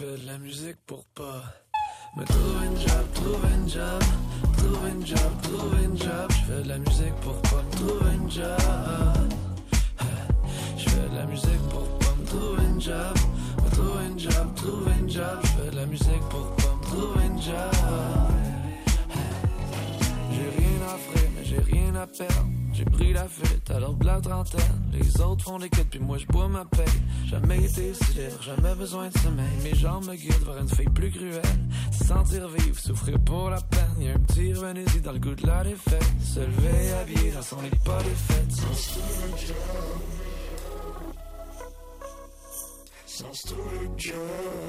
fais de la musique pour pas me trouver une job, trouver une job, trouver une job, trouver une job. Je fais de la musique pour pas me trouver une job. Je fais de la musique pour pas me trouver une job, me trouver une job, trouver une job. Je fais de la musique pour pas me trouver une job. J'ai rien à offrir, mais j'ai rien à perdre. J'ai pris la fuite à l'aube de la trentaine. Les autres font des quêtes, puis moi je bois ma paix. Jamais été si libre, jamais besoin de sommeil. Mes jambes me guident vers une fille plus cruelle. Se sentir vivre, souffrir pour la peine. Y'a un petit revenez-y dans le goût de la défaite. Se lever habillé dans son lit pas défaite. Sans trouver un job, sans trouver un job.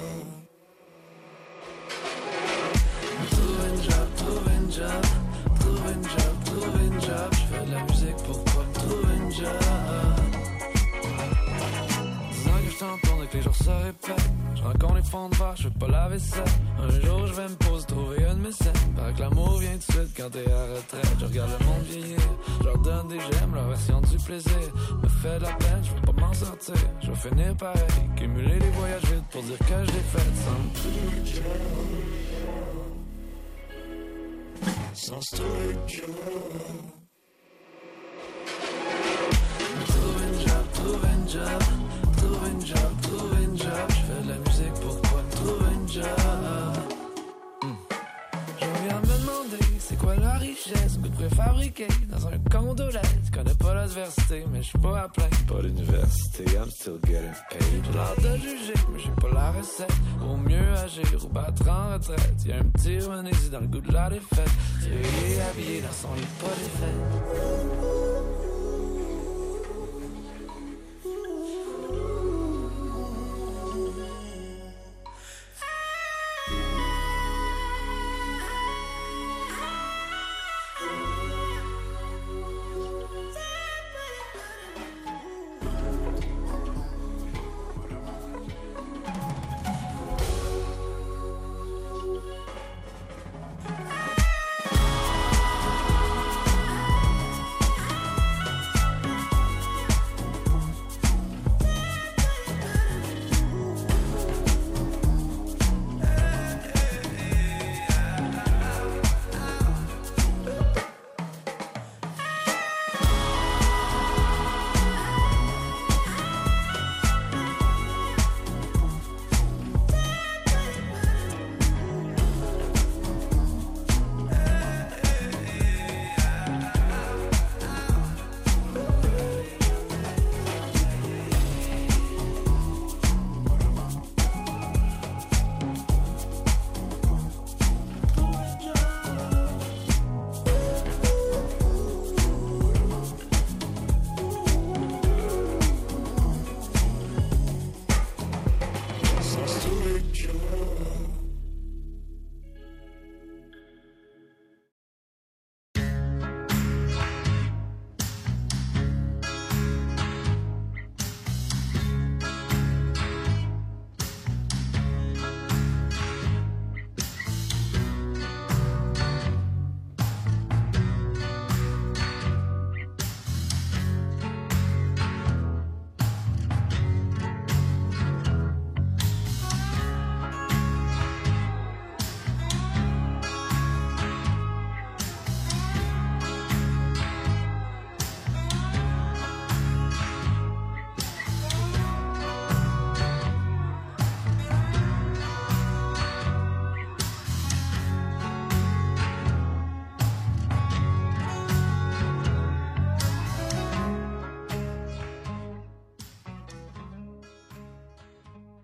Trouver un job, trouver un job, trouver un job, trouver un job. Je fais de la musique pour pas me trouver un job. Disant que je t'entends et que les jours se répètent. Je rencontre les fonds de verre, je fais pas la vaisselle. Un jour je vais me poser, trouver une mécène. Paraît que l'amour vient tout de suite quand t'es à retraite. Je regarde le monde vieillir, je leur donne des j'aime, leur version du plaisir. Me fait de la peine, je veux pas m'en sortir. Je vais finir pareil, cumuler les voyages vides pour dire que je l'ai fait sans me trouver un job. Sans trouver un job. Trouver un job, trouver un job, trouver un job, trouver un job. Je fais de la musique pour pas me trouver un job. Je viens me demander c'est quoi la richesse que préfabriquer dans un condo LED. Je connais pas l'adversité, mais je suis pas à plaindre. Pas l'université, I'm still getting paid. J'ai l'air de juger, mais j'ai pas la recette. Vaut mieux agir ou battre en retraite. Y'a un petit revenez-y dans le goût de la défaite. Tu es habillé dans son lit pas défait.